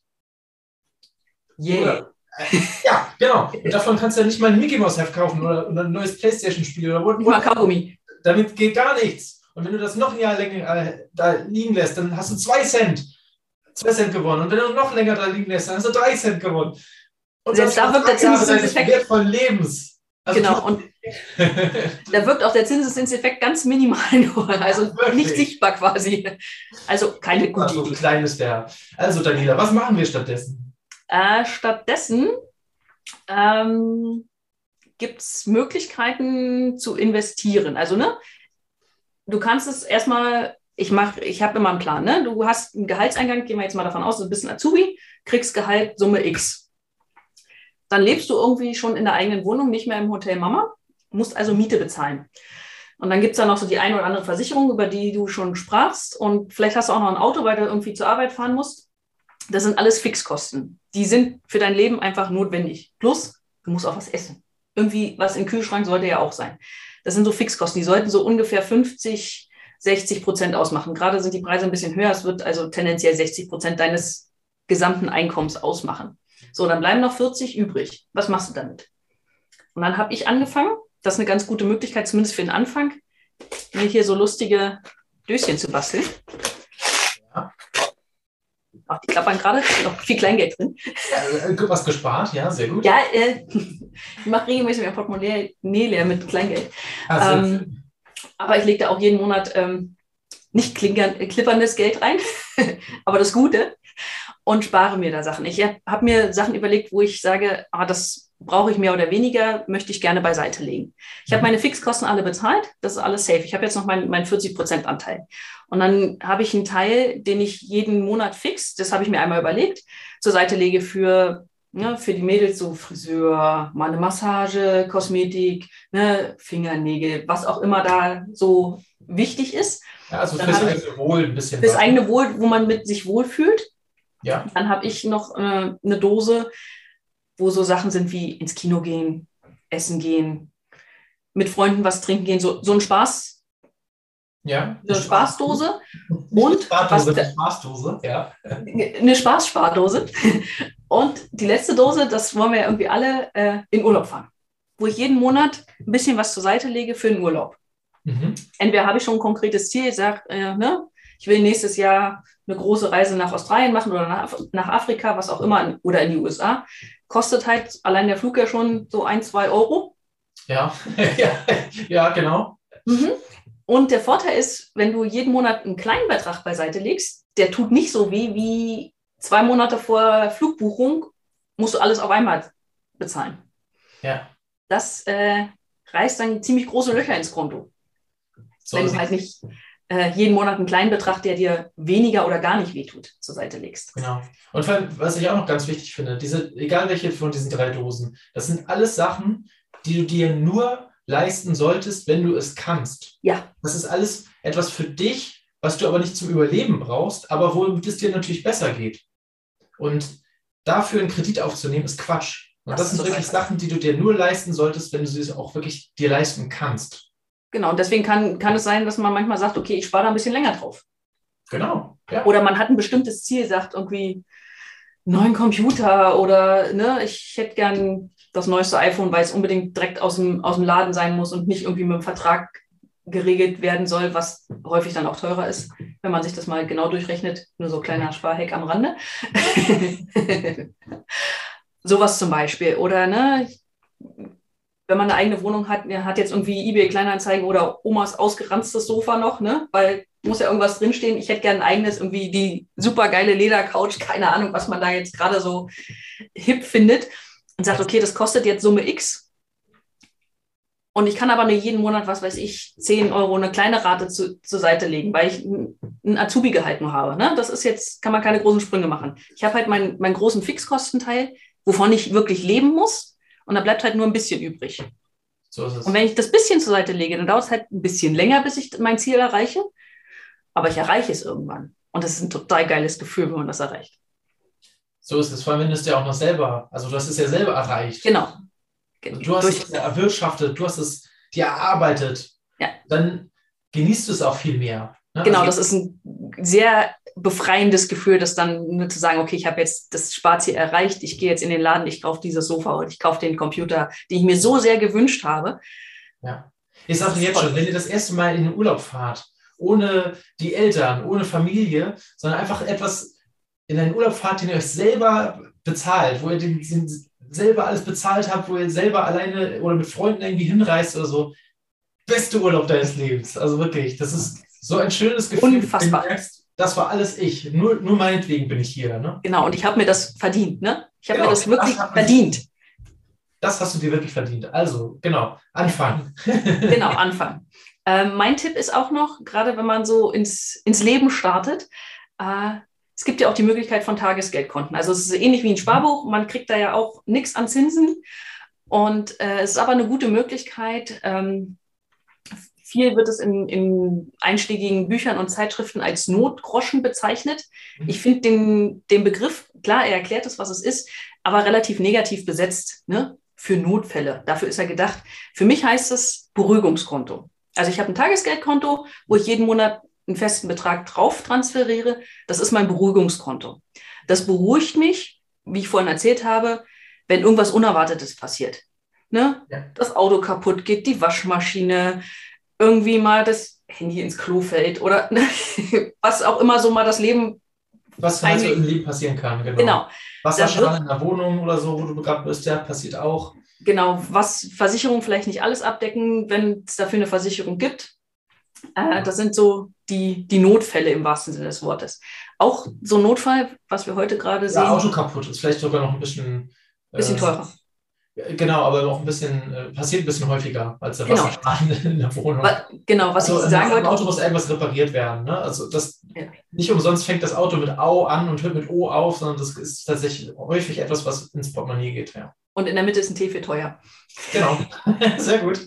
Yeah. Ja, genau. Und davon kannst du ja nicht mal ein Mickey Mouse Heft kaufen oder, oder ein neues Playstation-Spiel oder what, what, mal Kaugummi. Damit geht gar nichts. Und wenn du das noch ein Jahr länger äh, da liegen lässt, dann hast du zwei Cent. Zwei Cent gewonnen. Und wenn du noch länger da liegen lässt, dann hast du drei Cent gewonnen. Und selbst da wirkt der Zinseszinseffekt wertvollen Lebens. Also genau. Und da wirkt auch der Zinseszinseffekt ganz minimal nur. Also ja, nicht sichtbar quasi. Also keine gute also, Idee. So klein ist der. Also Daniela, was machen wir stattdessen? Äh, stattdessen ähm, gibt es Möglichkeiten zu investieren. Also, ne, du kannst es erstmal, ich mache, ich habe immer einen Plan, ne? Du hast einen Gehaltseingang, gehen wir jetzt mal davon aus, du bist ein Azubi, kriegst Gehalt, Summe X. Dann lebst du irgendwie schon in der eigenen Wohnung, nicht mehr im Hotel Mama, musst also Miete bezahlen. Und dann gibt es da noch so die eine oder andere Versicherung, über die du schon sprachst. Und vielleicht hast du auch noch ein Auto, weil du irgendwie zur Arbeit fahren musst. Das sind alles Fixkosten. Die sind für dein Leben einfach notwendig. Plus, du musst auch was essen. Irgendwie was im Kühlschrank sollte ja auch sein. Das sind so Fixkosten. Die sollten so ungefähr fünfzig, sechzig Prozent ausmachen. Gerade sind die Preise ein bisschen höher. Es wird also tendenziell sechzig Prozent deines gesamten Einkommens ausmachen. So, dann bleiben noch vierzig übrig. Was machst du damit? Und dann habe ich angefangen, das ist eine ganz gute Möglichkeit, zumindest für den Anfang, mir hier so lustige Döschen zu basteln. Ja. Ach, die klappern gerade, ist noch viel Kleingeld drin. Ja, was gespart, ja, sehr gut. Ja, äh, ich mache regelmäßig mein Portemonnaie leer mit Kleingeld. Ah, ähm, aber ich lege da auch jeden Monat ähm, nicht klinkern, äh, klipperndes Geld rein, aber das Gute, und spare mir da Sachen. Ich habe mir Sachen überlegt, wo ich sage, ah, das brauche ich mehr oder weniger, möchte ich gerne beiseite legen. Ich habe meine Fixkosten alle bezahlt, das ist alles safe. Ich habe jetzt noch meinen mein vierzig Prozent Anteil. Und dann habe ich einen Teil, den ich jeden Monat fix, das habe ich mir einmal überlegt, zur Seite lege für, ne, für die Mädels, so Friseur, mal eine Massage, Kosmetik, ne, Fingernägel, was auch immer da so wichtig ist. Ja, also dann fürs eigene Wohl ein bisschen. Fürs eigene Wohl, wo man mit sich wohlfühlt. Ja. Dann habe ich noch äh, eine Dose, wo so Sachen sind wie ins Kino gehen, essen gehen, mit Freunden was trinken gehen, so, so ein Spaß, ja, eine Spaßdose. Und Spardose, was, eine Spaßdose, ja. Eine Spaßspardose. Und die letzte Dose, das wollen wir ja irgendwie alle äh, in Urlaub fahren, wo ich jeden Monat ein bisschen was zur Seite lege für den Urlaub. Mhm. Entweder habe ich schon ein konkretes Ziel, ich sage, äh, ne, ich will nächstes Jahr eine große Reise nach Australien machen oder nach, nach Afrika, was auch immer, oder in die U S A. Kostet halt allein der Flug ja schon so ein, zwei Euro. Ja, ja, ja, genau. Mhm. Und der Vorteil ist, wenn du jeden Monat einen kleinen Betrag beiseite legst, der tut nicht so weh wie zwei Monate vor Flugbuchung, musst du alles auf einmal bezahlen. Ja. Das äh, reißt dann ziemlich große Löcher ins Konto. So, wenn du halt nicht äh, jeden Monat einen kleinen Betrag, der dir weniger oder gar nicht wehtut, zur Seite legst. Genau. Und vor allem, was ich auch noch ganz wichtig finde, diese, egal welche von diesen drei Dosen, das sind alles Sachen, die du dir nur leisten solltest, wenn du es kannst. Ja. Das ist alles etwas für dich, was du aber nicht zum Überleben brauchst, aber womit es dir natürlich besser geht. Und dafür einen Kredit aufzunehmen, ist Quatsch. Und das, das sind wirklich Sachen, die du dir nur leisten solltest, wenn du sie auch wirklich dir leisten kannst. Genau, und deswegen kann, kann es sein, dass man manchmal sagt, okay, ich spare da ein bisschen länger drauf. Genau. Ja. Oder man hat ein bestimmtes Ziel, sagt irgendwie, neuen Computer oder ne, ich hätte gern das neueste iPhone, weil es unbedingt direkt aus dem, aus dem Laden sein muss und nicht irgendwie mit dem Vertrag geregelt werden soll, was häufig dann auch teurer ist, wenn man sich das mal genau durchrechnet. Nur so kleiner Sparhack am Rande. Sowas zum Beispiel. Oder ne, wenn man eine eigene Wohnung hat, der hat jetzt irgendwie eBay Kleinanzeigen oder Omas ausgeranztes Sofa noch, ne? Weil muss ja irgendwas drinstehen. Ich hätte gerne ein eigenes, irgendwie die super geile Ledercouch, keine Ahnung, was man da jetzt gerade so hip findet. Und sagt, okay, das kostet jetzt Summe X. Und ich kann aber nur jeden Monat, was weiß ich, zehn Euro eine kleine Rate zu, zur Seite legen, weil ich ein Azubi-Gehalt nur habe. Ne? Das ist jetzt, kann man keine großen Sprünge machen. Ich habe halt meinen, meinen großen Fixkostenteil, wovon ich wirklich leben muss. Und da bleibt halt nur ein bisschen übrig. So ist es. Und wenn ich das bisschen zur Seite lege, dann dauert es halt ein bisschen länger, bis ich mein Ziel erreiche. Aber ich erreiche es irgendwann. Und das ist ein total geiles Gefühl, wenn man das erreicht. So ist es. Vor allem, wenn du es ja auch noch selber, also du hast es ja selber erreicht. Genau. Du hast es ja erwirtschaftet, du hast es dir erarbeitet. Ja. Dann genießt du es auch viel mehr. Ne? Genau, also, das ist ein sehr befreiendes Gefühl, das dann nur zu sagen, okay, ich habe jetzt das Sparziel erreicht, ich gehe jetzt in den Laden, ich kaufe dieses Sofa und ich kaufe den Computer, den ich mir so sehr gewünscht habe. Ja. Ich sage jetzt schon, wenn ihr das erste Mal in den Urlaub fahrt, ohne die Eltern, ohne Familie, sondern einfach etwas in einen Urlaub fahrt, den ihr euch selber bezahlt, wo ihr den, den selber alles bezahlt habt, wo ihr selber alleine oder mit Freunden irgendwie hinreist oder so. Beste Urlaub deines Lebens. Also wirklich, das ist so ein schönes Gefühl. Unfassbar. Wenn du merkst, das war alles ich. Nur, nur meinetwegen bin ich hier. Ne? Genau, und ich habe mir das verdient. Ne? Ich habe Genau, mir das wirklich das verdient. Das hast du dir wirklich verdient. Also, genau, anfangen. Genau, anfangen. Ähm, mein Tipp ist auch noch, gerade wenn man so ins, ins Leben startet, äh, es gibt ja auch die Möglichkeit von Tagesgeldkonten. Also es ist ähnlich wie ein Sparbuch, man kriegt da ja auch nichts an Zinsen. Und äh, es ist aber eine gute Möglichkeit. Ähm, viel wird es in, in einschlägigen Büchern und Zeitschriften als Notgroschen bezeichnet. Ich finde den, den Begriff, klar, er erklärt es, was es ist, aber relativ negativ besetzt, ne? Für Notfälle. Dafür ist er gedacht. Für mich heißt es Beruhigungskonto. Also ich habe ein Tagesgeldkonto, wo ich jeden Monat einen festen Betrag drauf transferiere. Das ist mein Beruhigungskonto. Das beruhigt mich, wie ich vorhin erzählt habe, wenn irgendwas Unerwartetes passiert. Ne? Ja. Das Auto kaputt geht, die Waschmaschine, irgendwie mal das Handy ins Klo fällt oder was auch immer so mal das Leben... Was halt so im Leben passieren kann, genau. genau. Wasserschaden in der Wohnung oder so, wo du gerade bist, ja, passiert auch. Genau, was Versicherungen vielleicht nicht alles abdecken, wenn es dafür eine Versicherung gibt. Äh, das sind so die, die Notfälle im wahrsten Sinne des Wortes. Auch so ein Notfall, was wir heute gerade sehen. Ja, Auto kaputt ist vielleicht sogar noch ein bisschen... Bisschen äh, teurer. Genau, aber noch ein bisschen, äh, passiert ein bisschen häufiger als der genau. Wasserschaden in der Wohnung. Was, genau, was also, ich sagen wollte. Im Auto muss irgendwas repariert werden. Ne? Also das, ja. Nicht umsonst fängt das Auto mit Au an und hört mit O auf, sondern das ist tatsächlich häufig etwas, was ins Portemonnaie geht. Ja. Und in der Mitte ist ein T für teuer. Genau, sehr gut.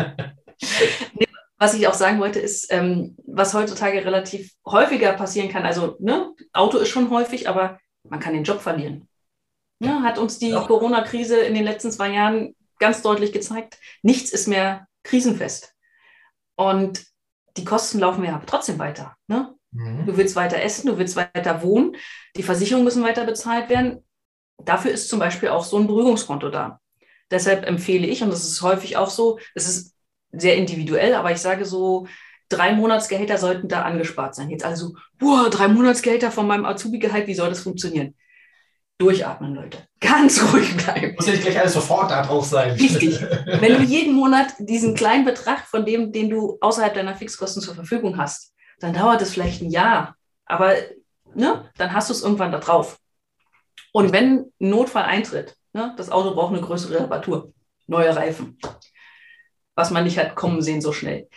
Nee, was ich auch sagen wollte, ist, ähm, was heutzutage relativ häufiger passieren kann. Also, ne, Auto ist schon häufig, aber man kann den Job verlieren. Ja, hat uns die ja. Corona-Krise in den letzten zwei Jahren ganz deutlich gezeigt, nichts ist mehr krisenfest. Und die Kosten laufen ja trotzdem weiter. Ne? Mhm. Du willst weiter essen, du willst weiter wohnen, die Versicherungen müssen weiter bezahlt werden. Dafür ist zum Beispiel auch so ein Beruhigungskonto da. Deshalb empfehle ich, und das ist häufig auch so, es ist sehr individuell, aber ich sage so, drei Monatsgehälter sollten da angespart sein. Jetzt also, boah, drei Monatsgehälter von meinem Azubi-Gehalt, wie soll das funktionieren? Durchatmen, Leute. Ganz ruhig bleiben. Muss ja nicht gleich alles sofort da drauf sein. Richtig. Wenn du jeden Monat diesen kleinen Betrag von dem, den du außerhalb deiner Fixkosten zur Verfügung hast, dann dauert es vielleicht ein Jahr. Aber ne, dann hast du es irgendwann da drauf. Und wenn ein Notfall eintritt, ne, das Auto braucht eine größere Reparatur, neue Reifen, was man nicht hat kommen sehen so schnell,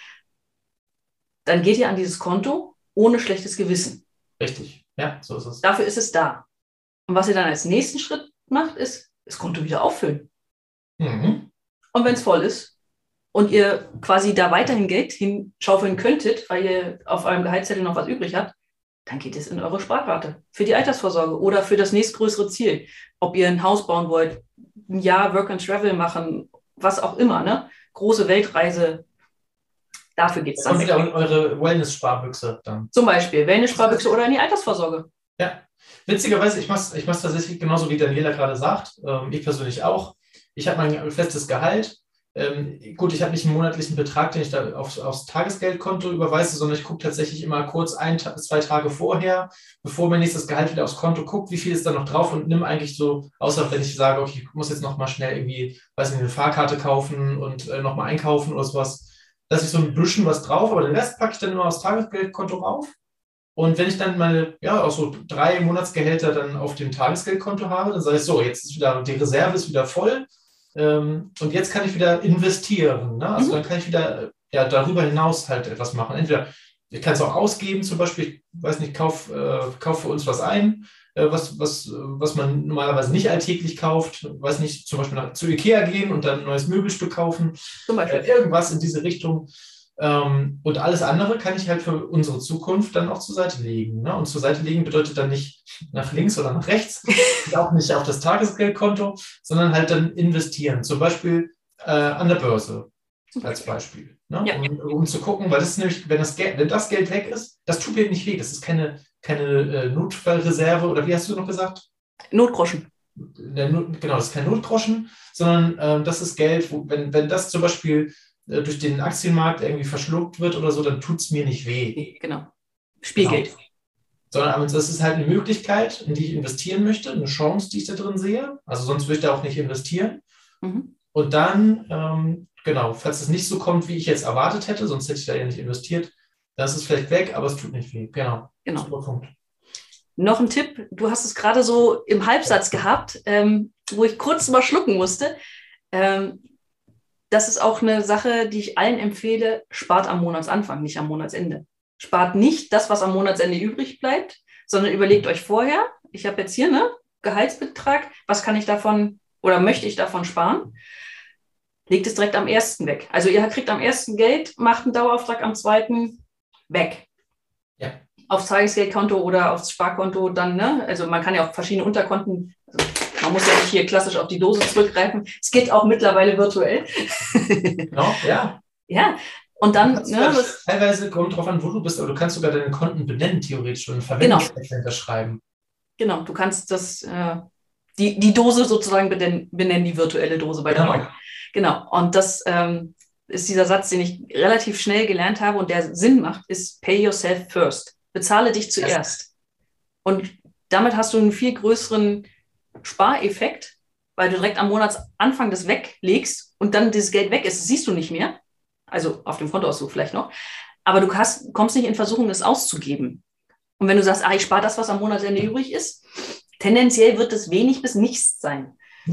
dann geht ihr an dieses Konto ohne schlechtes Gewissen. Richtig. Ja, so ist es. Dafür ist es da. Und was ihr dann als nächsten Schritt macht, ist, das Konto wieder auffüllen. Mhm. Und wenn es voll ist und ihr quasi da weiterhin Geld hinschaufeln könntet, weil ihr auf eurem Gehaltszettel noch was übrig habt, dann geht es in eure Sparrate für die Altersvorsorge oder für das nächstgrößere Ziel. Ob ihr ein Haus bauen wollt, ein Jahr Work and Travel machen, was auch immer, ne? Große Weltreise, dafür geht es dann. Und wieder in eure Wellness-Sparbüchse dann. Zum Beispiel Wellness-Sparbüchse oder in die Altersvorsorge. Ja. Witzigerweise, ich mache es ich tatsächlich genauso, wie Daniela gerade sagt. Ähm, ich persönlich auch. Ich habe mein festes Gehalt. ähm, gut, ich habe nicht einen monatlichen Betrag, den ich da auf, aufs Tagesgeldkonto überweise, sondern ich gucke tatsächlich immer kurz ein, zwei Tage vorher, bevor mein nächstes Gehalt wieder aufs Konto guckt, wie viel ist da noch drauf und nimm eigentlich so, außer wenn ich sage, okay, ich muss jetzt nochmal schnell irgendwie, weiß nicht, eine Fahrkarte kaufen und äh, nochmal einkaufen oder sowas, dass ich so ein bisschen was drauf, aber den Rest packe ich dann immer aufs Tagesgeldkonto rauf. Und wenn ich dann meine, ja, auch so drei Monatsgehälter dann auf dem Tagesgeldkonto habe, dann sage ich so, jetzt ist wieder, die Reserve ist wieder voll ähm, und jetzt kann ich wieder investieren. Ne? Also Mhm. dann kann ich wieder ja, darüber hinaus halt etwas machen. Entweder ich kann es auch ausgeben, zum Beispiel, ich weiß nicht, kauf, äh, kauf für uns was ein, äh, was, was, was man normalerweise nicht alltäglich kauft. Weiß nicht, zum Beispiel nach, zu Ikea gehen und dann ein neues Möbelstück kaufen. Zum Beispiel. Äh, irgendwas in diese Richtung. Ähm, und alles andere kann ich halt für unsere Zukunft dann auch zur Seite legen. Ne? Und zur Seite legen bedeutet dann nicht nach links oder nach rechts, und auch nicht auf das Tagesgeldkonto, sondern halt dann investieren. Zum Beispiel äh, an der Börse als Beispiel. Ne? Ja. Um, um zu gucken, weil das ist nämlich, wenn das, Geld, wenn das Geld weg ist, das tut mir nicht weh. Das ist keine, keine äh, Notfallreserve oder wie hast du noch gesagt? Notgroschen. Genau, das ist kein Notgroschen, sondern äh, das ist Geld, wo, wenn, wenn das zum Beispiel durch den Aktienmarkt irgendwie verschluckt wird oder so, dann tut es mir nicht weh. Genau. Spielgeld. Genau. Sondern das ist halt eine Möglichkeit, in die ich investieren möchte, eine Chance, die ich da drin sehe. Also sonst würde ich da auch nicht investieren. Mhm. Und dann, ähm, genau, falls es nicht so kommt, wie ich jetzt erwartet hätte, sonst hätte ich da ja nicht investiert, dann ist es vielleicht weg, aber es tut nicht weh. Genau. Genau. Super Punkt. Noch ein Tipp, du hast es gerade so im Halbsatz gehabt, ähm, wo ich kurz mal schlucken musste. Ähm, Das ist auch eine Sache, die ich allen empfehle, spart am Monatsanfang, nicht am Monatsende. Spart nicht das, was am Monatsende übrig bleibt, sondern überlegt euch vorher, ich habe jetzt hier einen Gehaltsbetrag, was kann ich davon oder möchte ich davon sparen? Legt es direkt am ersten weg. Also ihr kriegt am ersten Geld, macht einen Dauerauftrag am zweiten weg. Ja. Aufs Tagesgeldkonto oder aufs Sparkonto dann, ne? Also man kann ja auch verschiedene Unterkonten, also man muss ja nicht hier klassisch auf die Dose zurückgreifen. Es geht auch mittlerweile virtuell. Genau, ja. Ja, und dann... Ne, das teilweise kommt drauf an, wo du bist, aber du kannst sogar deine Konten benennen, theoretisch, und Verwendungszwecke hinterschreiben. Genau, du kannst das, äh, die, die Dose sozusagen benennen, benennen, die virtuelle Dose bei der Genau. Bank. Genau, und das ähm, ist dieser Satz, den ich relativ schnell gelernt habe und der Sinn macht, ist pay yourself first. Bezahle dich zuerst. Und damit hast du einen viel größeren Spareffekt, weil du direkt am Monatsanfang das weglegst und dann dieses Geld weg ist. Das siehst du nicht mehr. Also auf dem Kontoauszug vielleicht noch. Aber du hast, kommst nicht in Versuchung, das auszugeben. Und wenn du sagst, ah, ich spare das, was am Monatsende übrig ist, tendenziell wird es wenig bis nichts sein.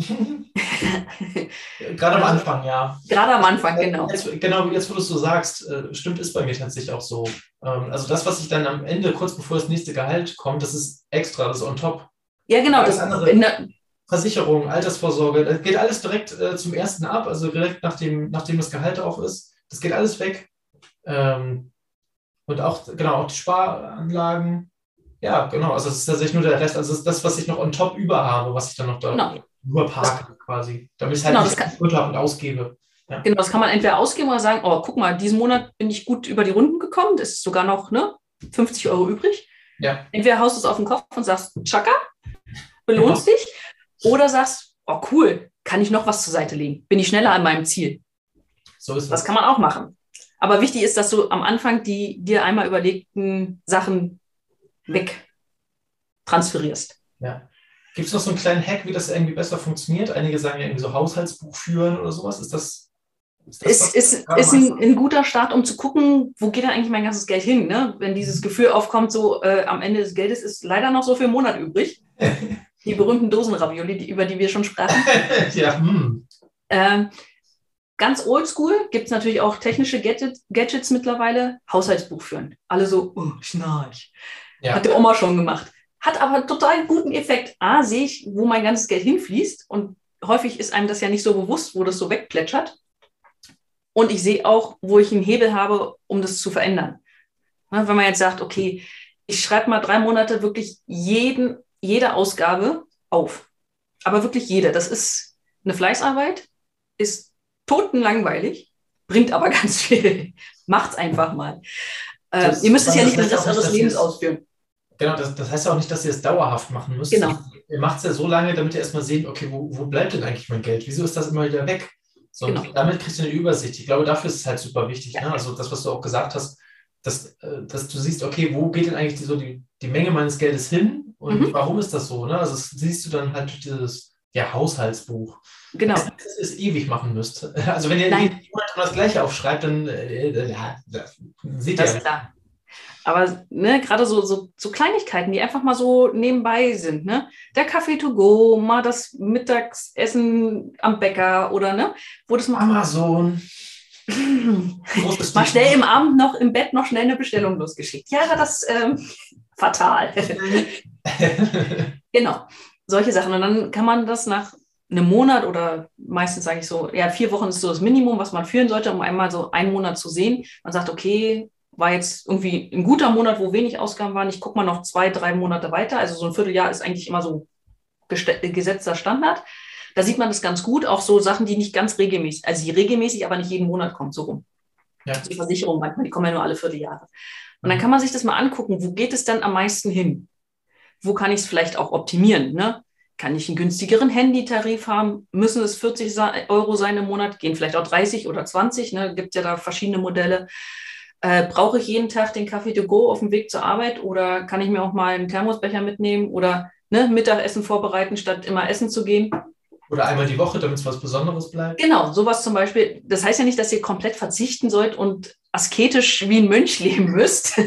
Gerade am Anfang, ja. Gerade am Anfang, genau. Jetzt, genau, jetzt wo du es so sagst, stimmt, ist bei mir tatsächlich auch so. Also das, was ich dann am Ende, kurz bevor das nächste Gehalt kommt, das ist extra, das ist on top. Ja, genau. Alles Das andere, in der Versicherung, Altersvorsorge, das geht alles direkt äh, zum ersten ab, also direkt nachdem, nachdem das Gehalt auch ist. Das geht alles weg. Ähm, und auch, genau, auch die Sparanlagen. Ja, genau, also es ist tatsächlich nur der Rest, also es ist das, was ich noch on top über habe, was ich dann noch da genau. überparke quasi, damit ich es halt genau, nicht kann, runter und ausgebe. Ja. Genau, das kann man entweder ausgeben oder sagen, oh, guck mal, diesen Monat bin ich gut über die Runden gekommen, es ist sogar noch ne, fünfzig Euro übrig. Ja. Entweder haust du es auf den Kopf und sagst, tschakka, belohnst ja. dich, oder sagst, oh cool, kann ich noch was zur Seite legen, bin ich schneller an meinem Ziel. So ist das. Das kann man auch machen. Aber wichtig ist, dass du am Anfang die dir einmal überlegten Sachen weg transferierst. Ja. Gibt es noch so einen kleinen Hack, wie das irgendwie besser funktioniert? Einige sagen ja irgendwie so Haushaltsbuch führen oder sowas. Ist das... Ist, das ist, ist, ist ein, ein guter Start, um zu gucken, wo geht dann eigentlich mein ganzes Geld hin? Ne? Wenn dieses Gefühl aufkommt, so äh, am Ende des Geldes ist leider noch so viel im Monat übrig. Die berühmten Dosenravioli, die, über die wir schon sprachen. ja, hm. ähm, ganz oldschool gibt es natürlich auch technische Gadget, Gadgets mittlerweile. Haushaltsbuch führen. Alle so, oh, Schnarch. Ja. Hat die Oma schon gemacht. Hat aber total guten Effekt. A, sehe ich, wo mein ganzes Geld hinfließt. Und häufig ist einem das ja nicht so bewusst, wo das so wegplätschert. Und ich sehe auch, wo ich einen Hebel habe, um das zu verändern. Wenn man jetzt sagt, okay, ich schreibe mal drei Monate wirklich jeden, jede Ausgabe auf. Aber wirklich jede. Das ist eine Fleißarbeit, ist totenlangweilig, bringt aber ganz viel. Macht's einfach mal. Äh, ihr müsst es ja nicht den Rest eures Lebens ausführen. Genau, das, das heißt ja auch nicht, dass ihr es dauerhaft machen müsst. Genau. Ihr macht es ja so lange, damit ihr erstmal seht, okay, wo, wo bleibt denn eigentlich mein Geld? Wieso ist das immer wieder weg? So, Genau. und damit kriegst du eine Übersicht. Ich glaube, dafür ist es halt super wichtig. Ja. Ne? Also das, was du auch gesagt hast, dass, äh, dass du siehst, okay, wo geht denn eigentlich die, so die, die Menge meines Geldes hin und Mhm. warum ist das so? Ne? Also das siehst du dann halt durch dieses ja, Haushaltsbuch. Genau. Dass ihr es ewig machen müsst. Also wenn ihr Nein. jeden Monat das Gleiche aufschreibt, dann äh, ja, das seht Das ihr. ist klar. Aber ne, gerade so, so, so Kleinigkeiten, die einfach mal so nebenbei sind. Ne? Der Kaffee to go, mal das Mittagessen am Bäcker oder ne, wo das mal, Amazon. mal schnell im Abend noch im Bett noch schnell eine Bestellung losgeschickt. Ja, das ähm, fatal. Genau, solche Sachen. Und dann kann man das nach einem Monat oder meistens sage ich so, ja, vier Wochen ist so das Minimum, was man führen sollte, um einmal so einen Monat zu sehen. Man sagt, okay, war jetzt irgendwie ein guter Monat, wo wenig Ausgaben waren. Ich gucke mal noch zwei, drei Monate weiter. Also so ein Vierteljahr ist eigentlich immer so gesetzter Standard. Da sieht man das ganz gut. Auch so Sachen, die nicht ganz regelmäßig, also die regelmäßig, aber nicht jeden Monat kommt, so rum. Ja. Die Versicherung manchmal, die kommen ja nur alle Vierteljahre. Und dann kann man sich das mal angucken, wo geht es dann am meisten hin? Wo kann ich es vielleicht auch optimieren? Ne? Kann ich einen günstigeren Handytarif haben? Müssen es vierzig Euro sein im Monat? Gehen vielleicht auch dreißig oder zwanzig? Ne? Gibt ja da verschiedene Modelle. Äh, brauche ich jeden Tag den Kaffee to go auf dem Weg zur Arbeit oder kann ich mir auch mal einen Thermosbecher mitnehmen oder ne, Mittagessen vorbereiten, statt immer essen zu gehen? Oder einmal die Woche, damit es was Besonderes bleibt. Genau, sowas zum Beispiel. Das heißt ja nicht, dass ihr komplett verzichten sollt und asketisch wie ein Mönch leben müsst.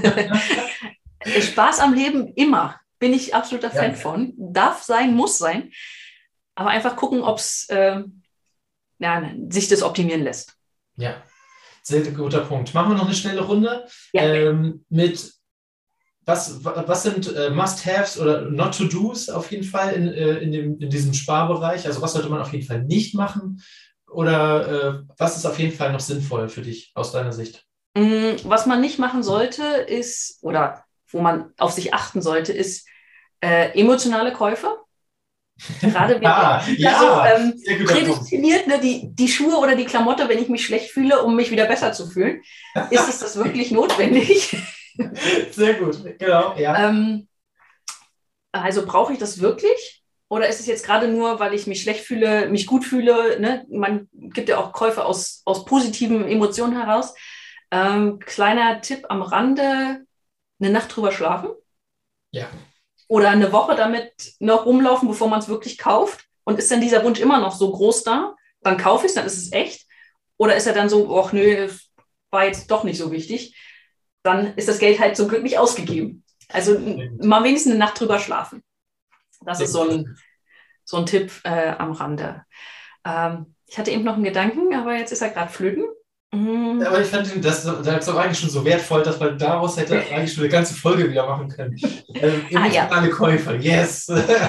Spaß am Leben immer. Bin ich absoluter Fan ja. von. Darf sein, muss sein. Aber einfach gucken, ob es äh, ja, sich das optimieren lässt. Ja, sehr guter Punkt. Machen wir noch eine schnelle Runde ja. ähm, mit was, was sind äh, Must-Haves oder Not-to-Dos auf jeden Fall in, äh, in, dem, in diesem Sparbereich? Also was sollte man auf jeden Fall nicht machen? Oder äh, was ist auf jeden Fall noch sinnvoll für dich aus deiner Sicht? Was man nicht machen sollte, ist, oder wo man auf sich achten sollte, ist äh, emotionale Käufe. Gerade ah, wir ja, so ähm, prädestiniert, ne, die, die Schuhe oder die Klamotte, wenn ich mich schlecht fühle, um mich wieder besser zu fühlen. Ist es das wirklich notwendig? Sehr gut, genau, ja. Ähm, also brauche ich das wirklich? Oder ist es jetzt gerade nur, weil ich mich schlecht fühle, mich gut fühle? Ne? Man gibt ja auch Käufe aus, aus positiven Emotionen heraus. Ähm, kleiner Tipp am Rande, eine Nacht drüber schlafen. Ja. Oder eine Woche damit noch rumlaufen, bevor man es wirklich kauft. Und ist dann dieser Wunsch immer noch so groß da? Dann kaufe ich es, dann ist es echt. Oder ist er dann so, ach nö, war jetzt doch nicht so wichtig. Dann ist das Geld halt zum Glück nicht ausgegeben. Also mal wenigstens eine Nacht drüber schlafen. Das ist so ein, so ein Tipp äh, am Rande. Ähm, ich hatte eben noch einen Gedanken, aber jetzt ist er gerade flöten. Mhm. Aber ich fand das, das war eigentlich schon so wertvoll, dass man daraus hätte eigentlich schon eine ganze Folge wieder machen können. Ähm, emotionale ah, ja. Käufer, yes!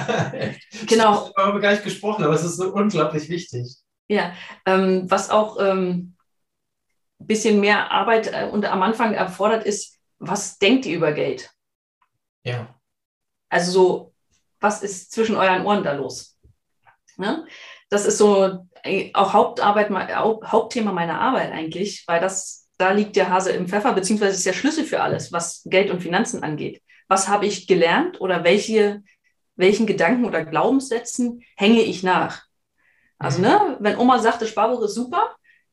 Genau. Ich habe gar nicht gesprochen, aber es ist so unglaublich wichtig. Ja, ähm, was auch ähm, ein bisschen mehr Arbeit äh, und am Anfang erfordert ist, was denkt ihr über Geld? Ja. Also so, was ist zwischen euren Ohren da los? Ne? Das ist so auch Hauptarbeit, Hauptthema meiner Arbeit eigentlich, weil das, da liegt der Hase im Pfeffer, beziehungsweise ist der Schlüssel für alles, was Geld und Finanzen angeht. Was habe ich gelernt oder welche, welchen Gedanken oder Glaubenssätzen hänge ich nach? Also, ne, wenn Oma sagt, das Sparbuch ist super,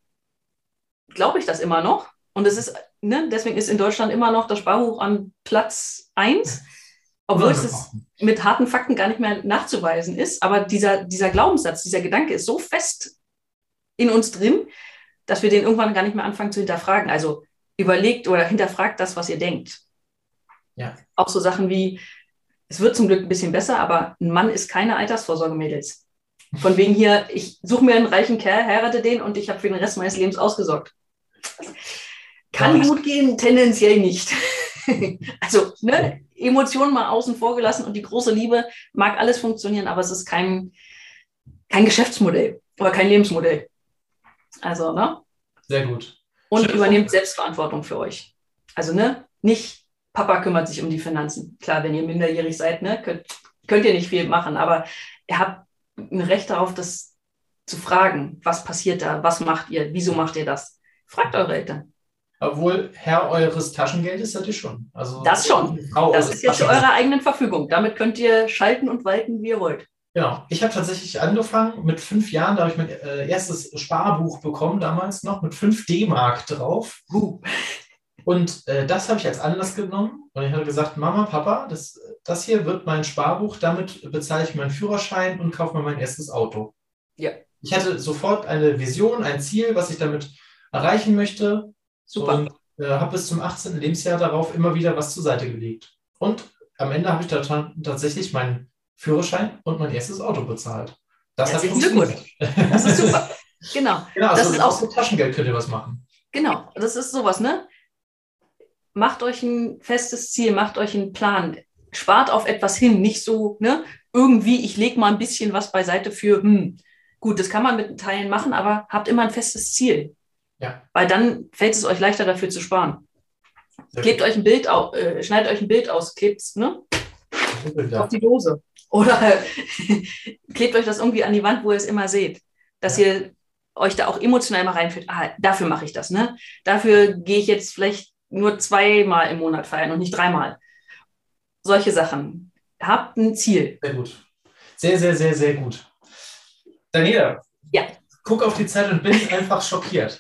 glaube ich das immer noch. Und es ist, ne, deswegen ist in Deutschland immer noch das Sparbuch an Platz eins. Obwohl es mit harten Fakten gar nicht mehr nachzuweisen ist. Aber dieser, dieser Glaubenssatz, dieser Gedanke ist so fest in uns drin, dass wir den irgendwann gar nicht mehr anfangen zu hinterfragen. Also überlegt oder hinterfragt das, was ihr denkt. Ja. Auch so Sachen wie, es wird zum Glück ein bisschen besser, aber ein Mann ist keine Altersvorsorge, Mädels. Von wegen hier, ich suche mir einen reichen Kerl, heirate den und ich habe für den Rest meines Lebens ausgesorgt. Kann gut gehen, tendenziell nicht. Also, ne, Emotionen mal außen vor gelassen und die große Liebe mag alles funktionieren, aber es ist kein, kein Geschäftsmodell oder kein Lebensmodell. Also, ne? Sehr gut. Und Schön übernehmt Selbstverantwortung für euch. Also, ne, nicht Papa kümmert sich um die Finanzen. Klar, wenn ihr minderjährig seid, ne, könnt, könnt ihr nicht viel machen, aber ihr habt ein Recht darauf, das zu fragen. Was passiert da? Was macht ihr? Wieso macht ihr das? Fragt eure Eltern. Obwohl Herr eures Taschengeldes seid ihr schon. Also das schon. Das ist jetzt zu eurer eigenen Verfügung. Damit könnt ihr schalten und walten, wie ihr wollt. Genau. Ich habe tatsächlich angefangen mit fünf Jahren, da habe ich mein äh, erstes Sparbuch bekommen, damals noch mit fünf D-Mark drauf. Uh. Und äh, das habe ich als Anlass genommen. Und ich habe gesagt, Mama, Papa, das, das hier wird mein Sparbuch, damit bezahle ich meinen Führerschein und kaufe mir mein erstes Auto. Ja. Ich hatte sofort eine Vision, ein Ziel, was ich damit erreichen möchte. Super. Und äh, habe bis zum achtzehnten Lebensjahr darauf immer wieder was zur Seite gelegt. Und am Ende habe ich da tatsächlich meinen Führerschein und mein erstes Auto bezahlt. Das hat Herzlichen Glückwunsch. funktioniert. Das ist super. Genau. Genau, das also ist auch auch mit Taschengeld könnt ihr was machen. Genau, das ist sowas, ne? Macht euch ein festes Ziel, macht euch einen Plan. Spart auf etwas hin, nicht so, ne? Irgendwie, ich lege mal ein bisschen was beiseite für, hm, gut, das kann man mit Teilen machen, aber habt immer ein festes Ziel. Ja. Weil dann fällt es euch leichter, dafür zu sparen. Sehr Klebt gut. euch ein Bild aus, äh, schneidet euch ein Bild aus, klebt es, ne? Ja. Auf die Dose. Oder klebt euch das irgendwie an die Wand, wo ihr es immer seht. Dass Ja. ihr euch da auch emotional mal reinfühlt. Ah, dafür mache ich das, ne? Dafür gehe ich jetzt vielleicht nur zweimal im Monat feiern und nicht dreimal. Solche Sachen. Habt ein Ziel. Sehr gut. Sehr, sehr, sehr, sehr gut. Daniela, Ja. guck auf die Zeit und bin einfach schockiert.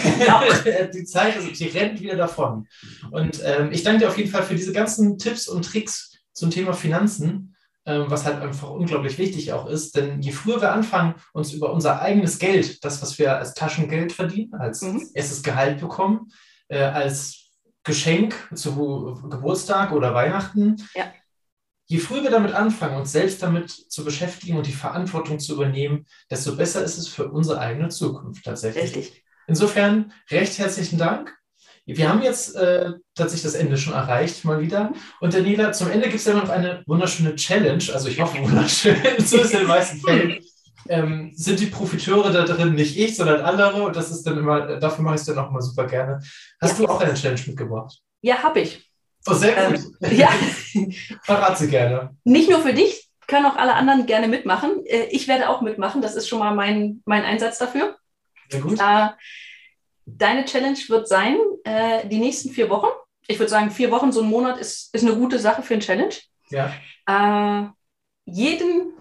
Die Zeit, also, die rennt wieder davon. Und ähm, ich danke dir auf jeden Fall für diese ganzen Tipps und Tricks zum Thema Finanzen, ähm, was halt einfach unglaublich wichtig auch ist. Denn je früher wir anfangen, uns über unser eigenes Geld, das, was wir als Taschengeld verdienen, als Mhm. erstes Gehalt bekommen, äh, als Geschenk zu Geburtstag oder Weihnachten, Ja. je früher wir damit anfangen, uns selbst damit zu beschäftigen und die Verantwortung zu übernehmen, desto besser ist es für unsere eigene Zukunft tatsächlich. Richtig. Insofern recht herzlichen Dank. Wir haben jetzt äh, tatsächlich das Ende schon erreicht, mal wieder. Und Daniela, zum Ende gibt es ja noch eine wunderschöne Challenge. Also ich hoffe wunderschön, so ist es in den meisten Fällen. Ähm, sind die Profiteure da drin nicht ich, sondern andere. Und das ist dann immer, dafür mache ich es dann auch immer super gerne. Hast Ja. du auch eine Challenge mitgebracht? Ja, habe ich. Oh, sehr gut. Ähm, ja. Verrat sie gerne. Nicht nur für dich, können auch alle anderen gerne mitmachen. Äh, Ich werde auch mitmachen. Das ist schon mal mein, mein Einsatz dafür. Sehr gut. Äh, deine Challenge wird sein, äh, die nächsten vier Wochen. Ich würde sagen, vier Wochen, so ein Monat ist, ist eine gute Sache für ein Challenge. Ja. Äh, jeden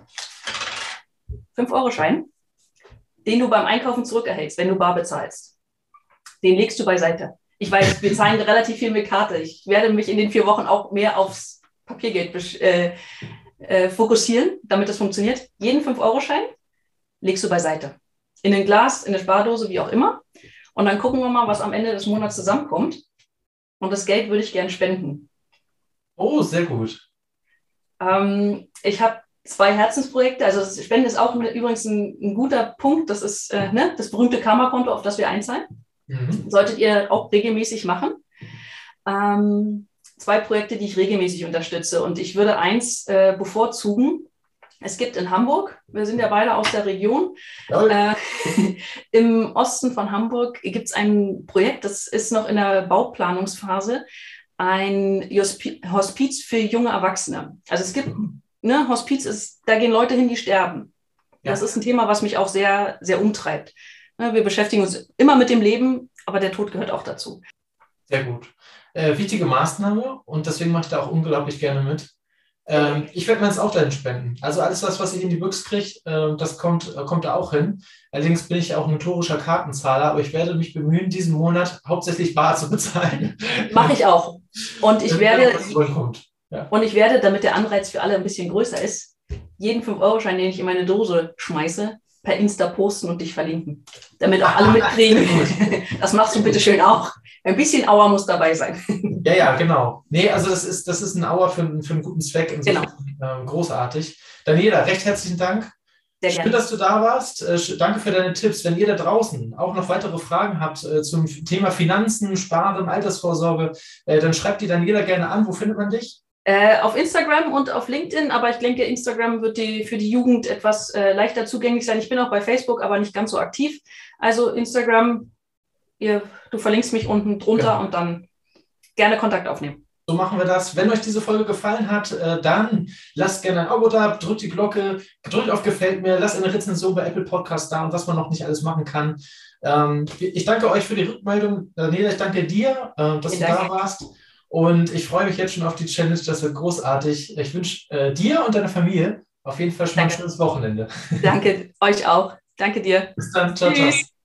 fünf-Euro-Schein, den du beim Einkaufen zurückerhältst, wenn du bar bezahlst, den legst du beiseite. Ich weiß, wir zahlen relativ viel mit Karte. Ich werde mich in den vier Wochen auch mehr aufs Papiergeld äh, äh, fokussieren, damit das funktioniert. Jeden fünf-Euro-Schein legst du beiseite. In ein Glas, in eine Spardose, wie auch immer. Und dann gucken wir mal, was am Ende des Monats zusammenkommt. Und das Geld würde ich gern spenden. Oh, sehr gut. Ähm, ich habe zwei Herzensprojekte. Also das Spenden ist auch übrigens ein, ein guter Punkt. Das ist äh, ne, das berühmte Karma-Konto, auf das wir einzahlen. Mhm. Solltet ihr auch regelmäßig machen. Ähm, zwei Projekte, die ich regelmäßig unterstütze. Und ich würde eins äh, bevorzugen. Es gibt in Hamburg, wir sind ja beide aus der Region, Ja. äh, im Osten von Hamburg gibt es ein Projekt, das ist noch in der Bauplanungsphase, ein Hospiz für junge Erwachsene. Also es gibt, ne, Hospiz ist, da gehen Leute hin, die sterben. Ja. Das ist ein Thema, was mich auch sehr, sehr umtreibt. Wir beschäftigen uns immer mit dem Leben, aber der Tod gehört auch dazu. Sehr gut. Äh, wichtige Maßnahme und deswegen mache ich da auch unglaublich gerne mit. Ähm, ich werde meins auch dahin spenden. Also alles, was, was ich in die Büchse kriege, äh, das kommt, äh, kommt da auch hin. Allerdings bin ich auch ein notorischer Kartenzahler, aber ich werde mich bemühen, diesen Monat hauptsächlich bar zu bezahlen. Mache ich auch. Und ich werde, ja. und ich werde, damit der Anreiz für alle ein bisschen größer ist, jeden fünf-Euro-Schein, den ich in meine Dose schmeiße, per Insta posten und dich verlinken. Damit auch alle mitkriegen. Das machst du bitte schön auch. Ein bisschen Auer muss dabei sein. Ja, ja, genau. Nee, also das ist, das ist ein Auer für, für einen guten Zweck. Insofern, genau. äh, großartig. Daniela, recht herzlichen Dank. Sehr Schön, gerne. dass du da warst. Äh, danke für deine Tipps. Wenn ihr da draußen auch noch weitere Fragen habt äh, zum Thema Finanzen, Sparen, Altersvorsorge, äh, dann schreibt die Daniela gerne an. Wo findet man dich? Äh, auf Instagram und auf LinkedIn, aber ich denke, Instagram wird die, für die Jugend etwas äh, leichter zugänglich sein. Ich bin auch bei Facebook, aber nicht ganz so aktiv. Also Instagram, ihr, du verlinkst mich unten drunter, genau. Und dann gerne Kontakt aufnehmen. So machen wir das. Wenn euch diese Folge gefallen hat, äh, dann lasst gerne ein Abo da, drückt die Glocke, drückt auf Gefällt mir, lasst eine Rezension bei Apple Podcast da und was man noch nicht alles machen kann. Ähm, ich danke euch für die Rückmeldung. Daniela, ich danke dir, äh, dass Vielen du Dank. da warst. Und ich freue mich jetzt schon auf die Challenge. Das wird großartig. Ich wünsche äh, dir und deiner Familie Auf jeden Fall schon mal ein schönes Wochenende. Danke, euch auch. Danke dir. Bis dann. Ciao, ciao. Tschüss.